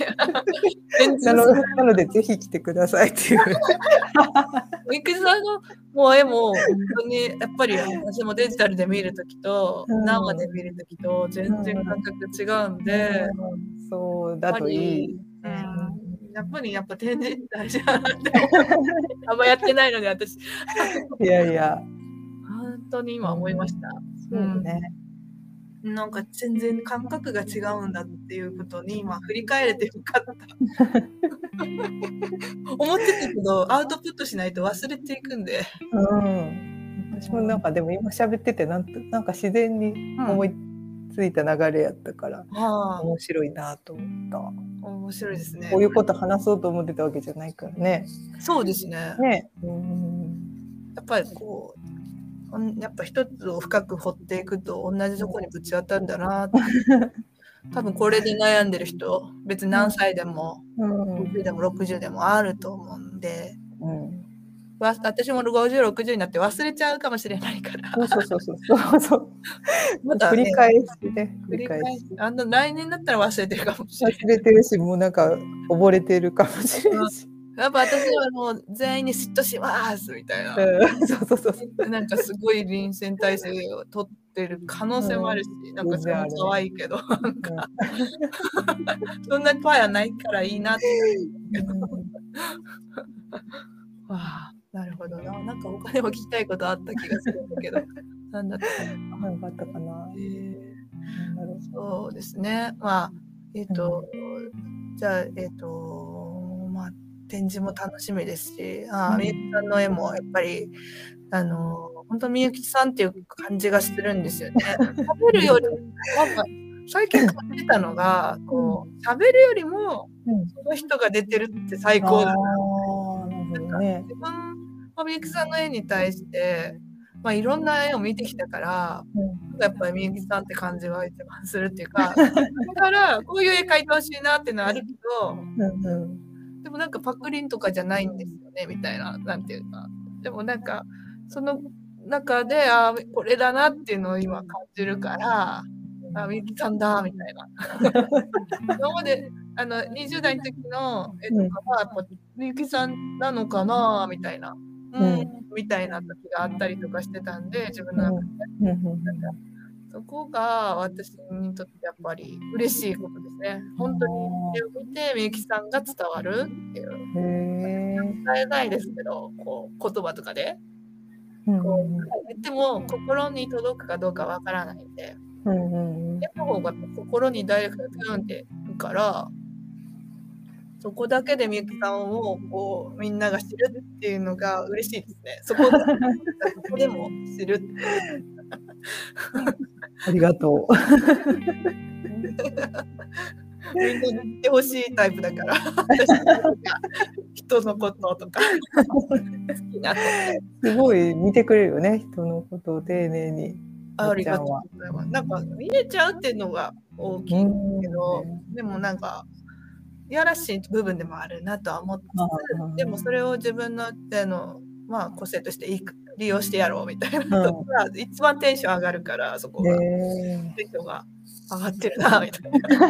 なのでぜひ来てくださいっていう。 みくじさんのもう絵も本当にやっぱり私もデジタルで見るときと生で見るときと全然感覚違うんで、 そうだといい。 やっぱ展示大事だなってあんまやってないので私いや本当に今思いました。 そうね。 なんか全然感覚が違うんだっていうことに今振り返れてよかった思ってたけどアウトプットしないと忘れていくんで、 私もなんかでも今喋っててなんか自然に思いついた流れやったから、面白いなと思った。 面白いですね。 こういうこと話そうと思ってたわけじゃないからね。 そうですね。やっぱりこうやっぱ一つを深く掘っていくと同じとこにぶち当たるんだなって多分これで悩んでる人別に何歳でも、50でも60でもあると思うんで、私も50、60になって忘れちゃうかもしれないからそうまた、繰り返しね繰り返し来年だったら忘れてるかもしれない。 忘れてるしもうなんか溺れてるかもしれないしやっぱ私はもう全員に嫉妬しますみたいな、なんかすごい臨戦態勢を取ってる可能性もあるし、なんかそれも可愛いけど、なんかそんなパワーないからいいなってわあ、なるほどな。なんか他でも聞きたいことあった気がするんだけど何だったかな。そうですね。まあじゃあまあ展示も楽しみですし、みゆきさんの絵もやっぱり本当みゆきさんっていう感じがするんですよね。食べるよりなんか最近感じたのがこう喋るよりもその人が出てるって最高だな。なんか自分はみゆきさんの絵に対して、まあ、いろんな絵を見てきたから、やっぱりみゆきさんって感じは一番するっていうか、だからこういう絵描いてほしいなっていうのはあるけど、でもなんかパクリンとかじゃないんですよねみたいな、なんていうか、でもなんかその中でこれだなっていうのを今感じるから、みゆきさんだみたいな。今まで20代の時の絵とかはやっぱみゆきさんなのかなみたいな、みたいな時があったりとかしてたんで、自分の中で、そこが私にとってやっぱり嬉しいことですね。本当に絵を見てみゆきさんが伝わるっていう。伝えないですけど、こう言葉とかでこう言っても心に届くかどうかわからないんで、絵の方が心にダイレクトにピュンっていくから、そこだけでみゆきさんをこうみんなが知るっていうのが嬉しいですね。そこでも知るありがとう。 みんなに言ってほしいタイプだから人のこととか好きなすごい見てくれるよね、人のことを丁寧に。 ありがとうございます。なんか見れちゃうっていうのが大きいんだけど、でもなんかいやらしい部分でもあるなとは思ってつつ、でもそれを自分のまあ、個性として利用してやろうみたいなとが一番テンション上がるから、そこがテンションが上がってるなみたいな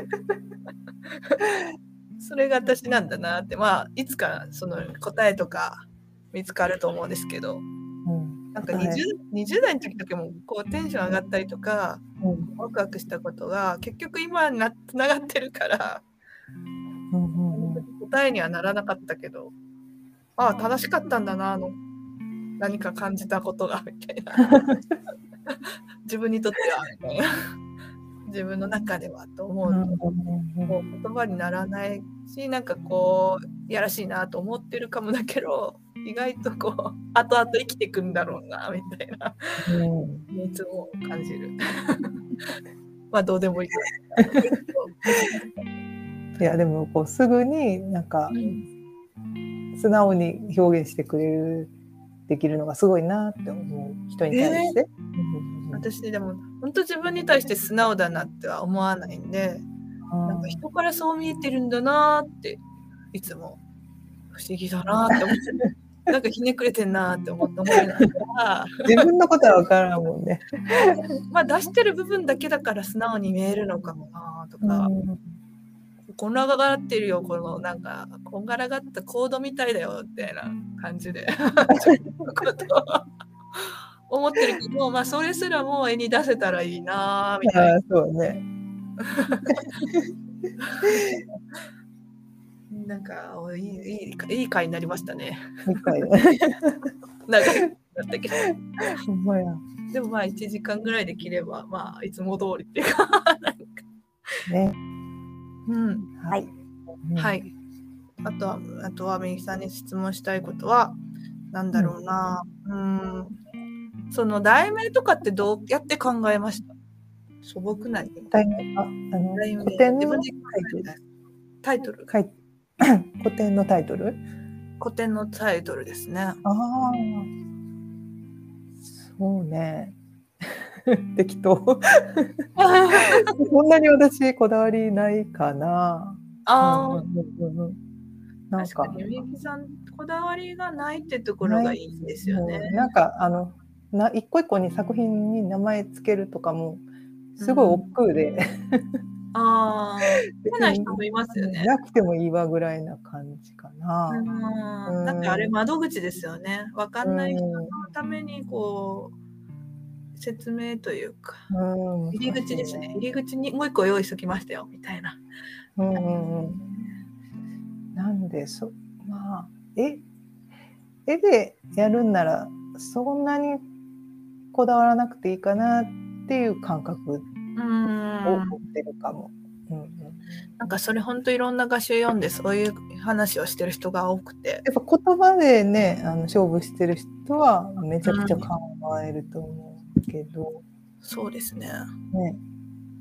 それが私なんだなって、まあいつかその答えとか見つかると思うんですけど、なんか 20代の時とかもこうテンション上がったりとか、ワクワクしたことが結局今につながってるから、答えにはならなかったけど、正しかったんだな、何か感じたことがみたいな自分にとってはみたいな自分の中ではと思うと、こう言葉にならないし、なんかこういやらしいなと思ってるかもだけど、意外とこう後々生きていくんだろうなみたいな、いつも感じるまあどうでもいいいやでもこうすぐになんか素直に表現してくれるできるのがすごいなって思う、人に対して、 私でも本当自分に対して素直だなっては思わないんで、なんか人からそう見えてるんだなっていつも不思議だなって思ってなんかひねくれてんなって思いながら自分のことは分からんもんねまあ出してる部分だけだから素直に見えるのかもなとか、こんがらがってるよ、このなんかこんがらがったコードみたいだよみたいな感じでことを思ってるけど、まあそれすらも絵に出せたらいいなみたいな。 そうねなんかいい回になりましたね。 いい回長くなったけどほんまや。 でもまあ1時間ぐらいで切ればまあいつも通りっていうかなんかね。 はい、はい。あとはみゆきさんに質問したいことはなんだろうな、その題名とかってどうやって考えました？素朴な題名古典のタイトル古典のタイトル？ 古典のタイトルですね。 そうね適当そんなに私こだわりないかな。 なんかみゆきさんこだわりがないってところがいいんですよね。 なんか一個一個に作品に名前つけるとかもすごい億劫で、 好きな人もいますよね。 なくてもいいわぐらいな感じかな。 なんかあれ窓口ですよね。わかんない人のためにこう説明というか、入り口ですね。入り口にもう一個用意しときましたよみたいな。 なんでまあ絵でやるんならそんなにこだわらなくていいかなっていう感覚を持ってるかも。 なんかそれ本当いろんな画集読んでそういう話をしてる人が多くて、 やっぱ言葉でね勝負してる人はめちゃくちゃ考えると思うけど、 そうですね。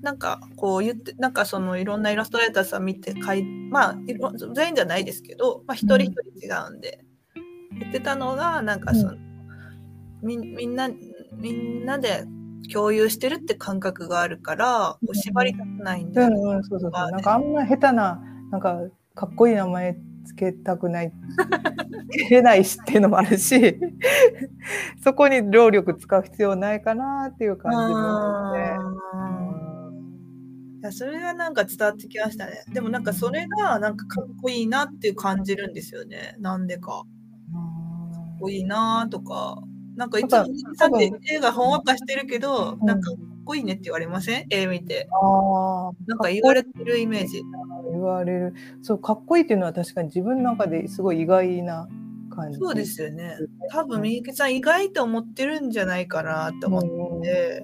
なんかこう言って、なんかそのいろんなイラストレーターさん見てまあ全員じゃないですけど、まあ、一人一人違うんで、言ってたのがなんかその、みんなで共有してるって感覚があるからこう縛りたくないんだよね。 そうそうそう。なんかあんま下手な、なんかかっこいい名前つけたくない、つけれないしっていうのもあるし、そこに労力使う必要ないかなっていう感じもあって。 いやそれがなんか伝わってきましたね。でもなんかそれがなんかかっこいいなっていう感じるんですよね。なんでか。かっこいいなとか。なんかいつもさんって映画ほんわかしてるけど、なんかかっこいいねって言われません？絵見て。なんか言われてるイメージ。 言われる。そう、かっこいいっていうのは確かに自分の中ですごい意外な感じ。 そうですよね。多分みゆきさん意外と思ってるんじゃないかなって思って。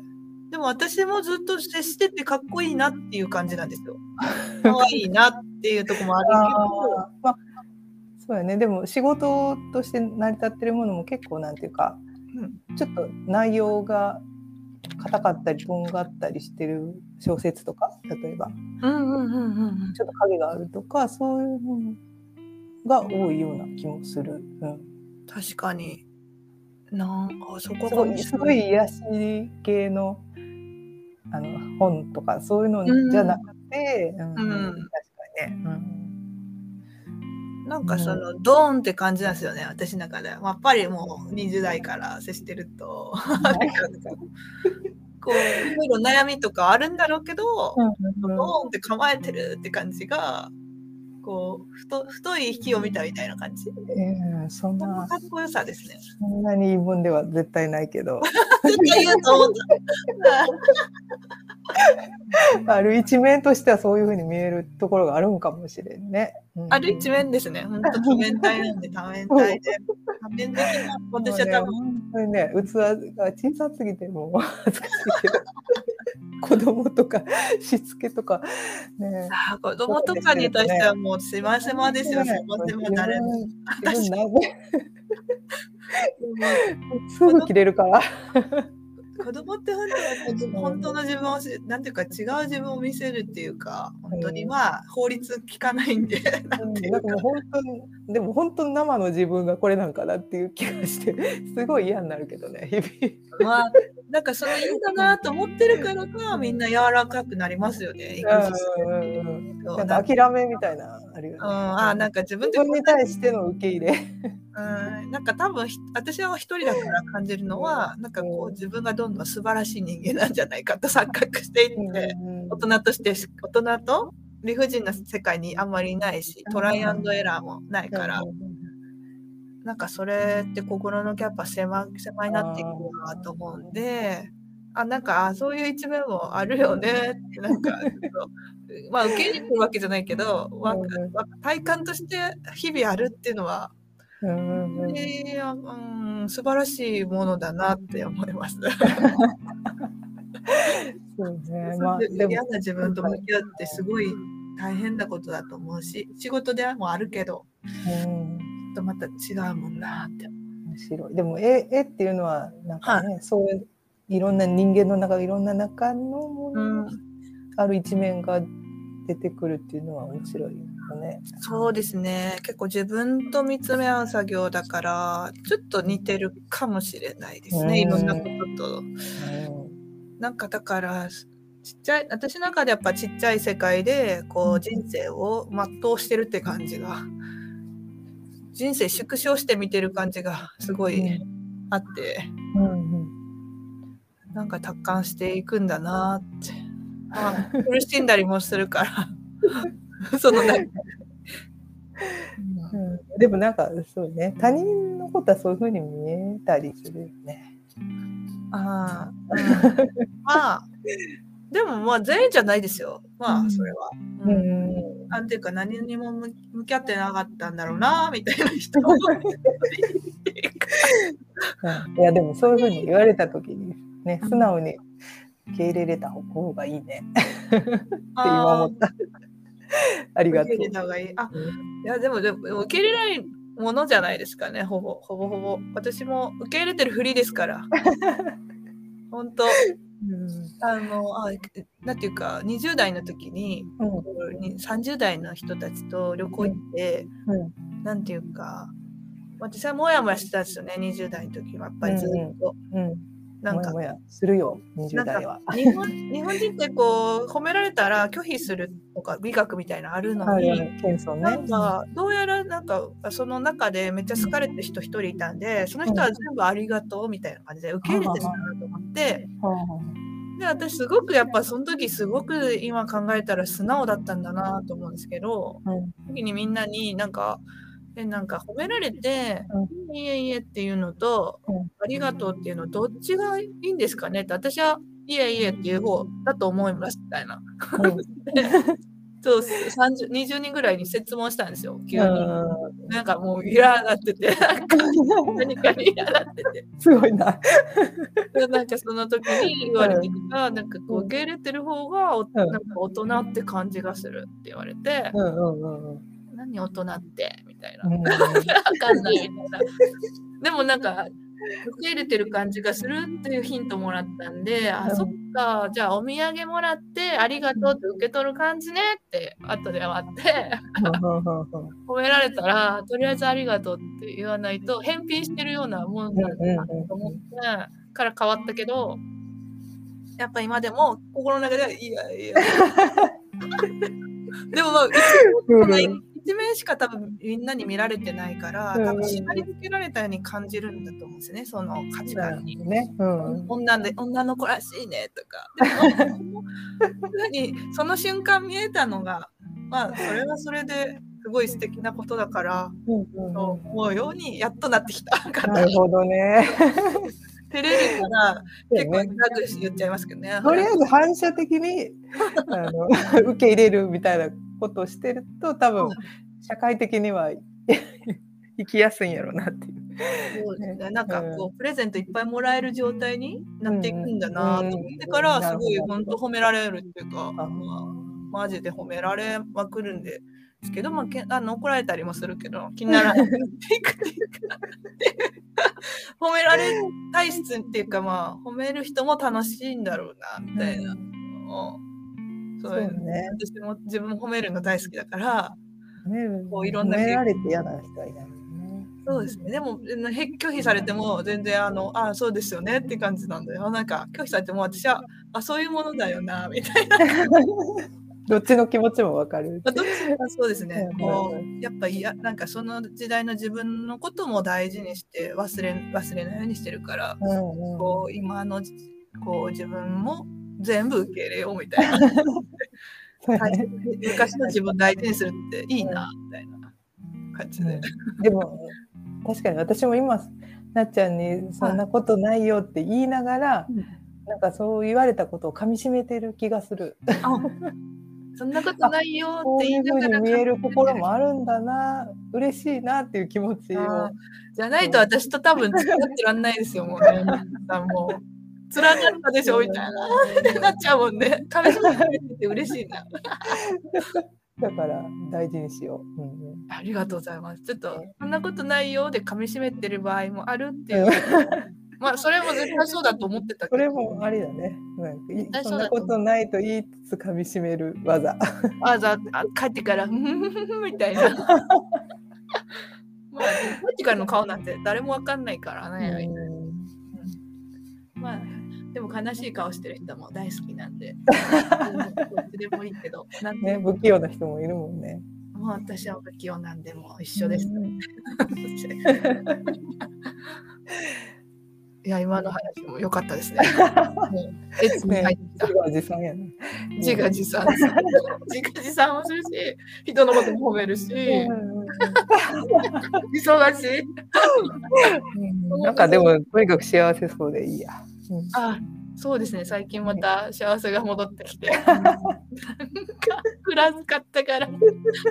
でも私もずっと接しててかっこいいなっていう感じなんですよ。かわいいなっていうところもあるけど。 まあ、そうやね。でも仕事として成り立ってるものも結構なんていうか、ちょっと内容が硬かったりとんがったりしてる小説とか、例えば、ちょっと影があるとか、そういうものが多いような気もする。 確かに。なんかそこがすごい癒し系の本とかそういうのじゃなくて、確かにね。 なんかそのドーンって感じなんですよね、私の中では。やっぱりもう20代から接してるとこういろいろ悩みとかあるんだろうけど、ドーンって構えてるって感じがこう太い引きを見たみたいな感じ。 そんなかっこよさですね。 そんなに言い分では絶対ないけど絶対言うと思ったある一面としてはそういう風に見えるところがあるんかもしれんね。 ある一面ですね。本当多面体なんで多面体で多面的な私は多分本当にね、器が小さすぎてもう恥ずかしいけど子供とかしつけとかね。 子供とかに対してはもうせませまですよ。せませま誰も。 すぐ切れるから。 子供って本当の自分をなんていうか違う自分を見せるっていうか、本当にまあ法律聞かないんで、なんていうか。 でも本当に生の自分がこれなんかなっていう気がしてすごい嫌になるけどね、日 々。まあなんかそのいいんだなと思ってるからかみんな柔らかくなりますよね。 なんか諦めみたいなあるよね。 なんか自分に対しての受け入れ。 なんか多分私は一人だから感じるのはなんかこう自分がどんどん素晴らしい人間なんじゃないかと錯覚していって大人と理不尽な世界にあんまりいないしトライアンドエラーもないからなんかそれって心のキャパ狭いなっていくなと思うんでなんかそういう一面もあるよねってなんかまあ受け入れてるわけじゃないけど体感として日々あるっていうのは素晴らしいものだなって思います。 そうね。 嫌な自分と向き合ってすごい大変なことだと思うし、仕事でもあるけど、とまた違うもんなって。 面白い。でも絵っていうのはなんかね、そういういろんな人間の中いろんな中のものにある一面が出てくるっていうのは面白い。 そうですね。結構自分と見つめ合う作業だからちょっと似てるかもしれないですね。いろんなことと。なんかだから私の中でやっぱちっちゃい世界でこう人生を全うしてるって感じが人生縮小して見てる感じがすごいあって、なんか達観していくんだなって、苦しんだりもするからそのでもなんかそうね、他人のことはそういう風に見えたりするよね。 まあでもまあ全員じゃないですよ。まあそれは。なんていうか何にも向き合ってなかったんだろうなみたいな人もいやでもそういう風に言われた時にね、素直に受け入れれた方がいいねって今思った。ありがとう。 受け入れた方がいい。いやでも受け入れないものじゃないですかね。ほぼ私も受け入れてるふりですから。本当なんていうか20代の時に、30代の人たちと旅行行って、なんていうか私はモヤモヤしてたんですよね、20代の時はやっぱりずっと。 なんかもやするよ、20代は。 日本人ってこう褒められたら拒否するとか美学みたいなのあるのに、なんかどうやらなんかその中でめっちゃ好かれてる人一人いたんで、その人は全部ありがとうみたいな感じで受け入れてたなと思って、で私すごくやっぱその時すごく今考えたら素直だったんだなと思うんですけど、時にみんなになんか褒められて、いえいえっていうのと、ありがとうっていうのどっちがいいんですかねって、私はいえいえっていう方だと思いますみたいな。そう20人ぐらいに質問したんですよ、急に。なんかもう嫌がってて、何かに嫌がってて。 すごいな。 なんかその時に言われてた、なんかこう受け入れてる方がなんか大人って感じがするって言われて、何大人ってみたいな。わかんないみたいな。でもなんか受け入れてる感じがするっていうヒントもらったんで、そっか、じゃあお土産もらってありがとうって受け取る感じねって後で終わって褒められたらとりあえずありがとうって言わないと返品してるようなもんなんだなと思ってから変わったけど、やっぱ今でも心の中ではいやいやでもまあ一面しか多分みんなに見られてないから、多分縛り付けられたように感じるんだと思うんですよね、その価値観に。女の子らしいねとか。その瞬間見えたのが、まあそれはそれですごい素敵なことだから、思うようにやっとなってきたから。 なるほどね。 照れるから結構長く言っちゃいますけどね。 とりあえず反射的に受け入れるみたいなことをしてると多分社会的には生きやすいんやろうなっていう。 そうですね。なんかこうプレゼントいっぱいもらえる状態になっていくんだなと思ってからすごい本当褒められるっていうか、マジで褒められまくるんですけど、まあ怒られたりもするけど気にならなくなっていくっていうか褒められ体質っていうか、まあ褒める人も楽しいんだろうなみたいな。そうね。私も自分も褒めるの大好きだから、 こういろんな褒められて嫌な人はいないね。 そうですね。でも拒否されても全然そうですよねって感じなんだよ。なんか拒否されても私はそういうものだよなみたいな。 どっちの気持ちもわかる。 そうですね。やっぱなんかその時代の自分のことも大事にして忘れないようにしてるから、こう今のこう自分も全部受け入れようみたいな。昔の自分大事にするっていいなみたいな感じで。 でも確かに私も今なっちゃんにそんなことないよって言いながら、なんかそう言われたことを噛み締めてる気がする。 そんなことないよって言いながら、 こういう風に見える心もあるんだな、嬉しいなっていう気持ちを。 じゃないと私と多分付き合ってらんないですよ、もうね。もうつらかったでしょみたいななっちゃうもんね。噛み締めてて嬉しいな。 だから大事にしよう。 ありがとうございます。ちょっとそんなことないよで噛み締めてる場合もあるっていう。まあそれも絶対そうだと思ってたけど。 それもありだね。そんなことないと言いつつ噛み締める技。 帰ってからみたいな。まあ帰ってからの顔なんて誰もわかんないからね。まあでも悲しい顔してる人も大好きなんで。どっちでもいいけど。 ね、不器用な人もいるもんね。 もう私は不器用なんでも一緒です。いや今の話も良かったですね。自画自賛やね。 自画自賛もするし、人のことも褒めるし、忙しい。 なんかでもとにかく幸せそうでいいや。 そうですね。最近また幸せが戻ってきて、なんか暗かったから、ち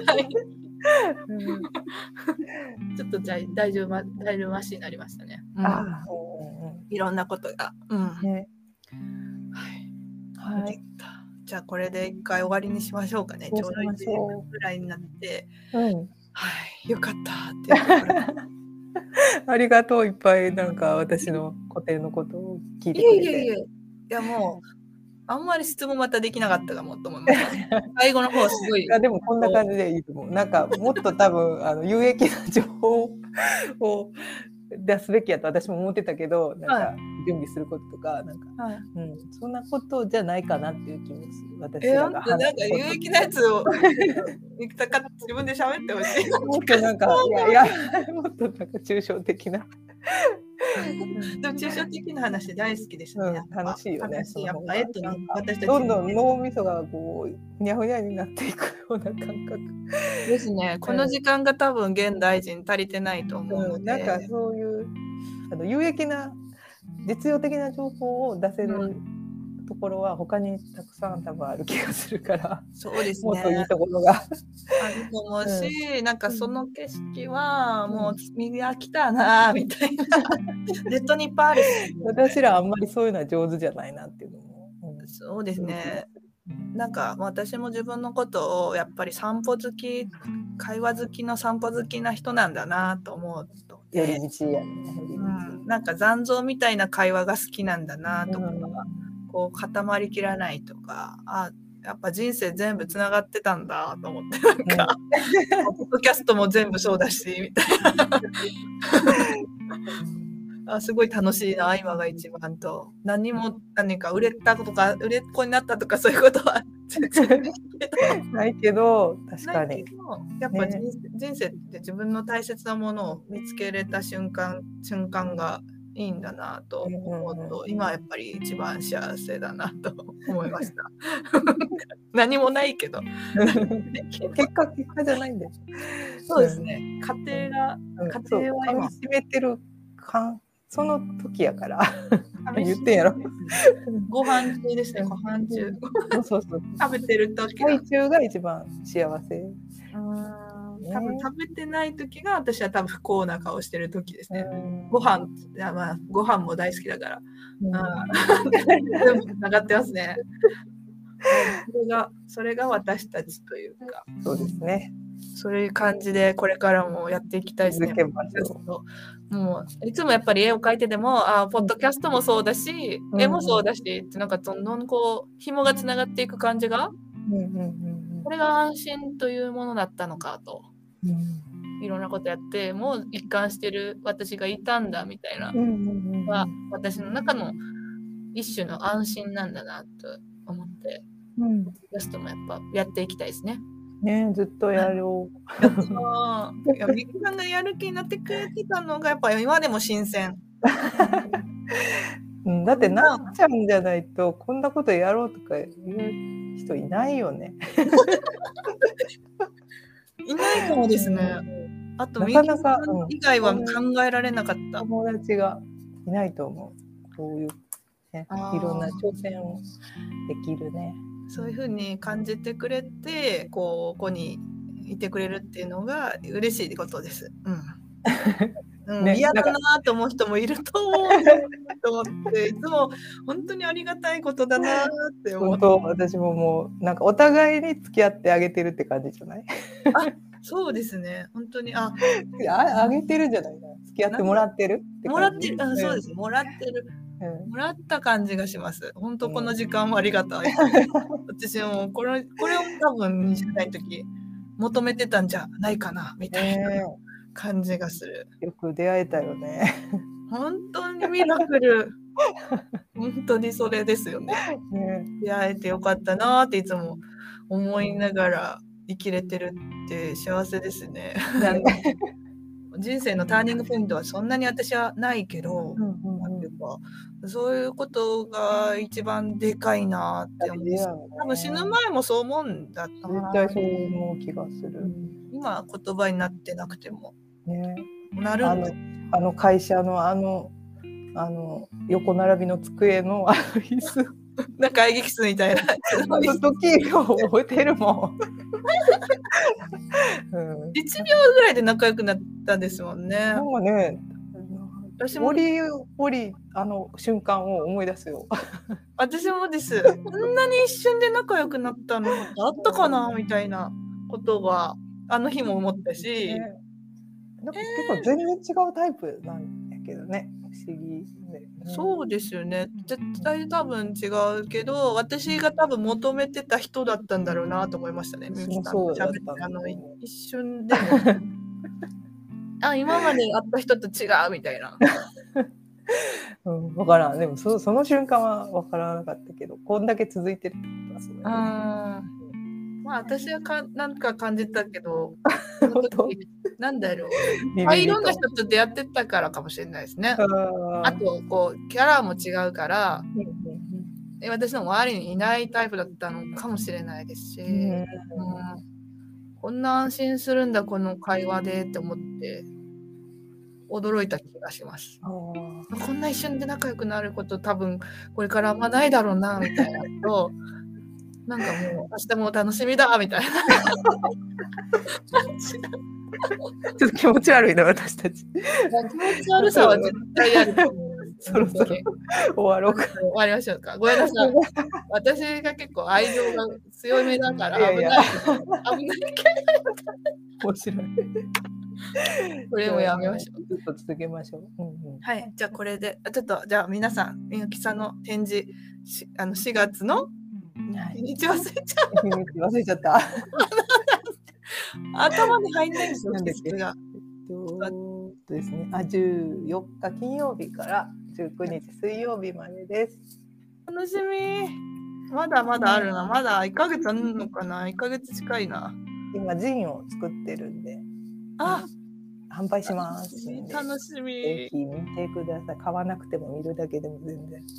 ょっと大丈夫マシになりましたね。いろんなことが。じゃあこれで一回終わりにしましょうかね。ちょうど1時間ぐらいになって、よかったっていう。 ありがとう、いっぱいなんか私の固定のことを聞いてくれて。 やもうあんまり質問またできなかったかもと思います。最後の方すごい。 いやでもこんな感じでいいと思う。なんかもっと多分有益な情報を出すべきやと私も思ってたけど、なんか準備することとかなんか、そんなことじゃないかなっていう気もする。私らがなんか有益なやつを自分で喋ってほしい。 もっとなんかいやもっとなんか抽象的な。 でも抽象的な話大好きですね。 楽しいよね。 やっぱ私たちどんどん脳みそがこうふにゃふにゃになっていくような感覚ですね。この時間が多分現代人足りてないと思うので、 なんかそういう有益な実用的な情報を出せるところは他にたくさん多分ある気がするから、 そうですね。 もっといいところがあると思うし、なんかその景色はもう耳飽きたなみたいなネットにいっぱいあるし、 私らあんまりそういうのは上手じゃないなっていうのも、 そうですね。なんか私も自分のことをやっぱり散歩好き、会話好きの散歩好きな人なんだなと思うと、 寄り道やね、 なんか残像みたいな会話が好きなんだなとか、こう固まりきらないとか、やっぱ人生全部つながってたんだと思って、なんかポッドキャストも全部そうだしみたいなすごい楽しいな今が一番と、何か売れたとか売れっ子になったとかそういうことはないけど、確かにやっぱ人生って自分の大切なものを見つけれた瞬間がいいんだなと思うと、今はやっぱり一番幸せだなと思いました。何もないけど結果じゃないんだよ。 そうですね。家庭は今締めてる感、その時やから言ってんやろ。 ご飯中ですね。ご飯中。 そう食べてる時。 最中が一番幸せ。 多分食べてない時が私は多分不幸な顔してる時ですね。ご飯も大好きだから。全部つながってますね。それが私たちというか。 そうですね。 そういう感じでこれからもやっていきたいですね。もういつもやっぱり絵を描いててもポッドキャストもそうだし、絵もそうだし、なんかどんどんこう紐がつながっていく感じが、これが安心というものだったのかと、いろんなことやってもう一貫してる私がいたんだみたいなは、私の中の一種の安心なんだなと思って、ポッドキャストもやっぱやっていきたいですね。 ね、ずっとやろう。 いや、みきさんがやる気になってくれてたのがやっぱ今でも新鮮。 だってなっちゃうんじゃないとこんなことやろうとか言う人いないよね。 いないかもですね。あとみきさん以外は考えられなかった。 友達がいないと思う。こういう、ね、いろんな挑戦をできるね。 そういう風に感じてくれてここにいてくれるっていうのが嬉しいことです。嫌だなと思う人もいると思っていつも本当にありがたいことだなって思って。 本当私ももうなんかお互いに付き合ってあげてるって感じじゃない？ そうですね。本当にあげてるじゃないな。付き合ってもらってるって感じ。 そうです。もらってる。もらった感じがします。本当この時間はありがたい。私もこれを多分20代の時求めてたんじゃないかなみたいな感じがする。 よく出会えたよね。 本当にミラクル。本当にそれですよね。出会えてよかったなっていつも思いながら生きれてるって幸せですね。人生のターニングポイントはそんなに私はないけど、そういうことが一番でかいなって思う。多分死ぬ前もそう思うんだったな。 絶対そう思う気がする。 今言葉になってなくても、 なるんだ。会社の横並びの机の椅子なんか会議室みたいな時を覚えてるもん。 1秒ぐらいで仲良くなったんですもんね。 なんかね、私も瞬間を思い出すよ。 私もです。こんなに一瞬で仲良くなったのあったかなみたいなことはあの日も思ったし、 なんか結構全然違うタイプなんやけどね、不思議んだよね。 そうですよね。絶対多分違うけど、私が多分求めてた人だったんだろうなと思いましたね。みゆきさんと喋って一瞬でも今まで会った人と違うみたいな。 分からん。でもその瞬間は分からなかったけど、こんだけ続いてるってことはそうだよね。 私はなんか感じたけど、なんだろう。いろんな人と出会ってたからかもしれないですね。あとこうキャラも違うから、私の周りにいないタイプだったのかもしれないですし、こんな安心するんだこの会話でって思って驚いた気がします。こんな一瞬で仲良くなること多分これからあんまないだろうなみたいなと。なんかもう明日も楽しみだみたいな。ちょっと気持ち悪いな私たち。 気持ち悪さは絶対あると思う。 そろそろ終わろうか。 終わりましょうか。ごめんなさい。私が結構愛情が強めだから危ない。危ないけど。面白い。 これもやめましょう。 ずっと続けましょう。 はい。じゃあこれでちょっとじゃあ皆さんみゆきさんの展示4月の日にち忘れちゃう。 忘れちゃった。 頭に入んないんですよ。 ですね。14日金曜日から19日水曜日までです。 楽しみ。まだまだあるな。まだ1ヶ月あるのかな。1ヶ月近いな。 今ジンを作ってるんで。販売します。 楽しみ。 ぜひ見てください。買わなくても見るだけでも全然。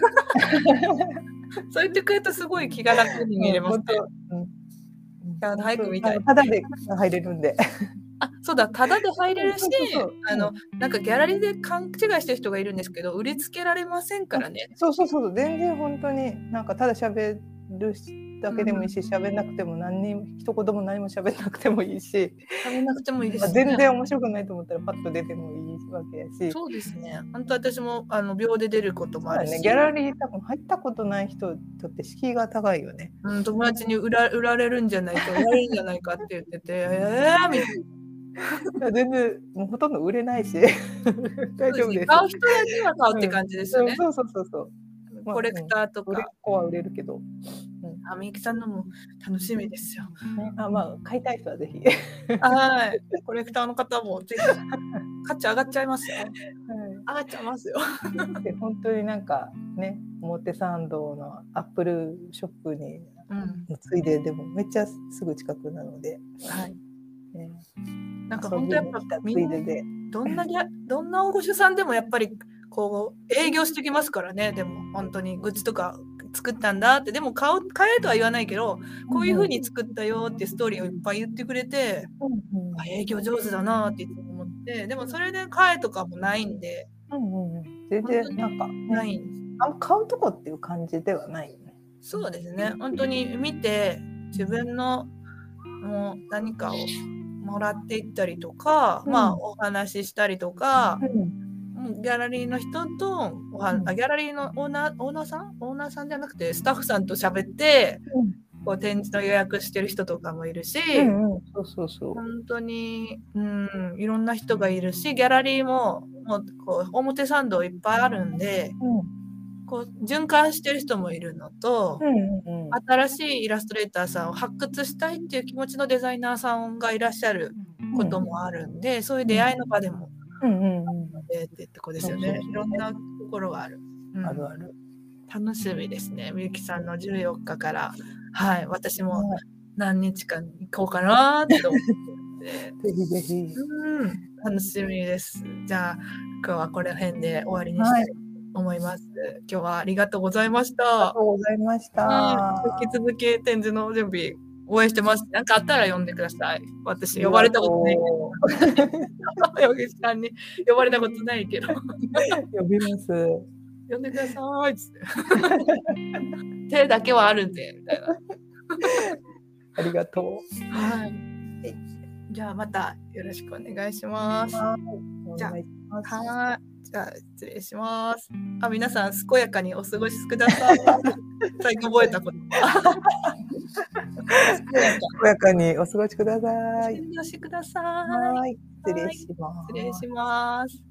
そう言ってくれるとすごい気が楽に見れますね。早く見たい。 タダで入れるんで。 そうだ、タダで入れるし、なんかギャラリーで勘違いしてる人がいるんですけど、売りつけられませんからね。 そう、全然本当になんかただ喋るだけでもいいし、喋んなくても一言も何も喋んなくてもいいし、 喋んなくてもいいですね。 全然面白くないと思ったらパッと出てもいいわけやし。 そうですね。本当私も秒で出ることもあるし。 ギャラリー多分入ったことない人にとって敷居が高いよね。 友達に売られるんじゃないか、売られるんじゃないかって言ってて、みたいな。 全然もうほとんど売れないし大丈夫です。 買う人には買うって感じですよね。 そう。 コレクターとか。 売れっ子は売れるけど。 みゆきさんのも楽しみですよ。 買いたい人はぜひ。 はい。コレクターの方もぜひ価値上がっちゃいますよ。上がっちゃいますよ。 で本当になんかね、表参道のアップルショップについででもめっちゃすぐ近くなので。 はい。なんか本当やっぱみんなどんな大御所さんでもやっぱりこう営業してきますからね。でも本当にグッズとか作ったんだって、でも買えとは言わないけど、こういう風に作ったよってストーリーをいっぱい言ってくれて、営業上手だなっていつも思って、でもそれで買えとかもないんで、 全然なんかないんです。 買うとこっていう感じではないよね。 そうですね。本当に見て自分のもう何かをもらっていったりとか、お話ししたりとか、ギャラリーの人とギャラリーのオーナーさんじゃなくてスタッフさんと喋って、こう展示の予約してる人とかもいるし、本当に、いろんな人がいるし、ギャラリーもこう表参道いっぱいあるんで、こう循環してる人もいるのと、新しいイラストレーターさんを発掘したいっていう気持ちのデザイナーさんがいらっしゃることもあるんで、そういう出会いの場でもってとこですよね。いろんなところがある。 あるある。 楽しみですね。みゆきさんの14日から、私も何日間行こうかなと思って。 ぜひぜひ。 楽しみです。じゃあ今日はこの辺で終わりにしたいと思います。今日はありがとうございました。 ありがとうございました。 引き続き展示の準備応援してます。なんかあったら呼んでください。私呼ばれたことないけど。山口さんに呼ばれたことないけど。 呼びます。 呼んでくださいっつって。手だけはあるんでみたいな。 ありがとう。 じゃあまたよろしくお願いします。じゃあ失礼します。皆さん健やかにお過ごしください。最近覚えたこと。 健やかにお過ごしください。 お過ごしください。 失礼します。 失礼します。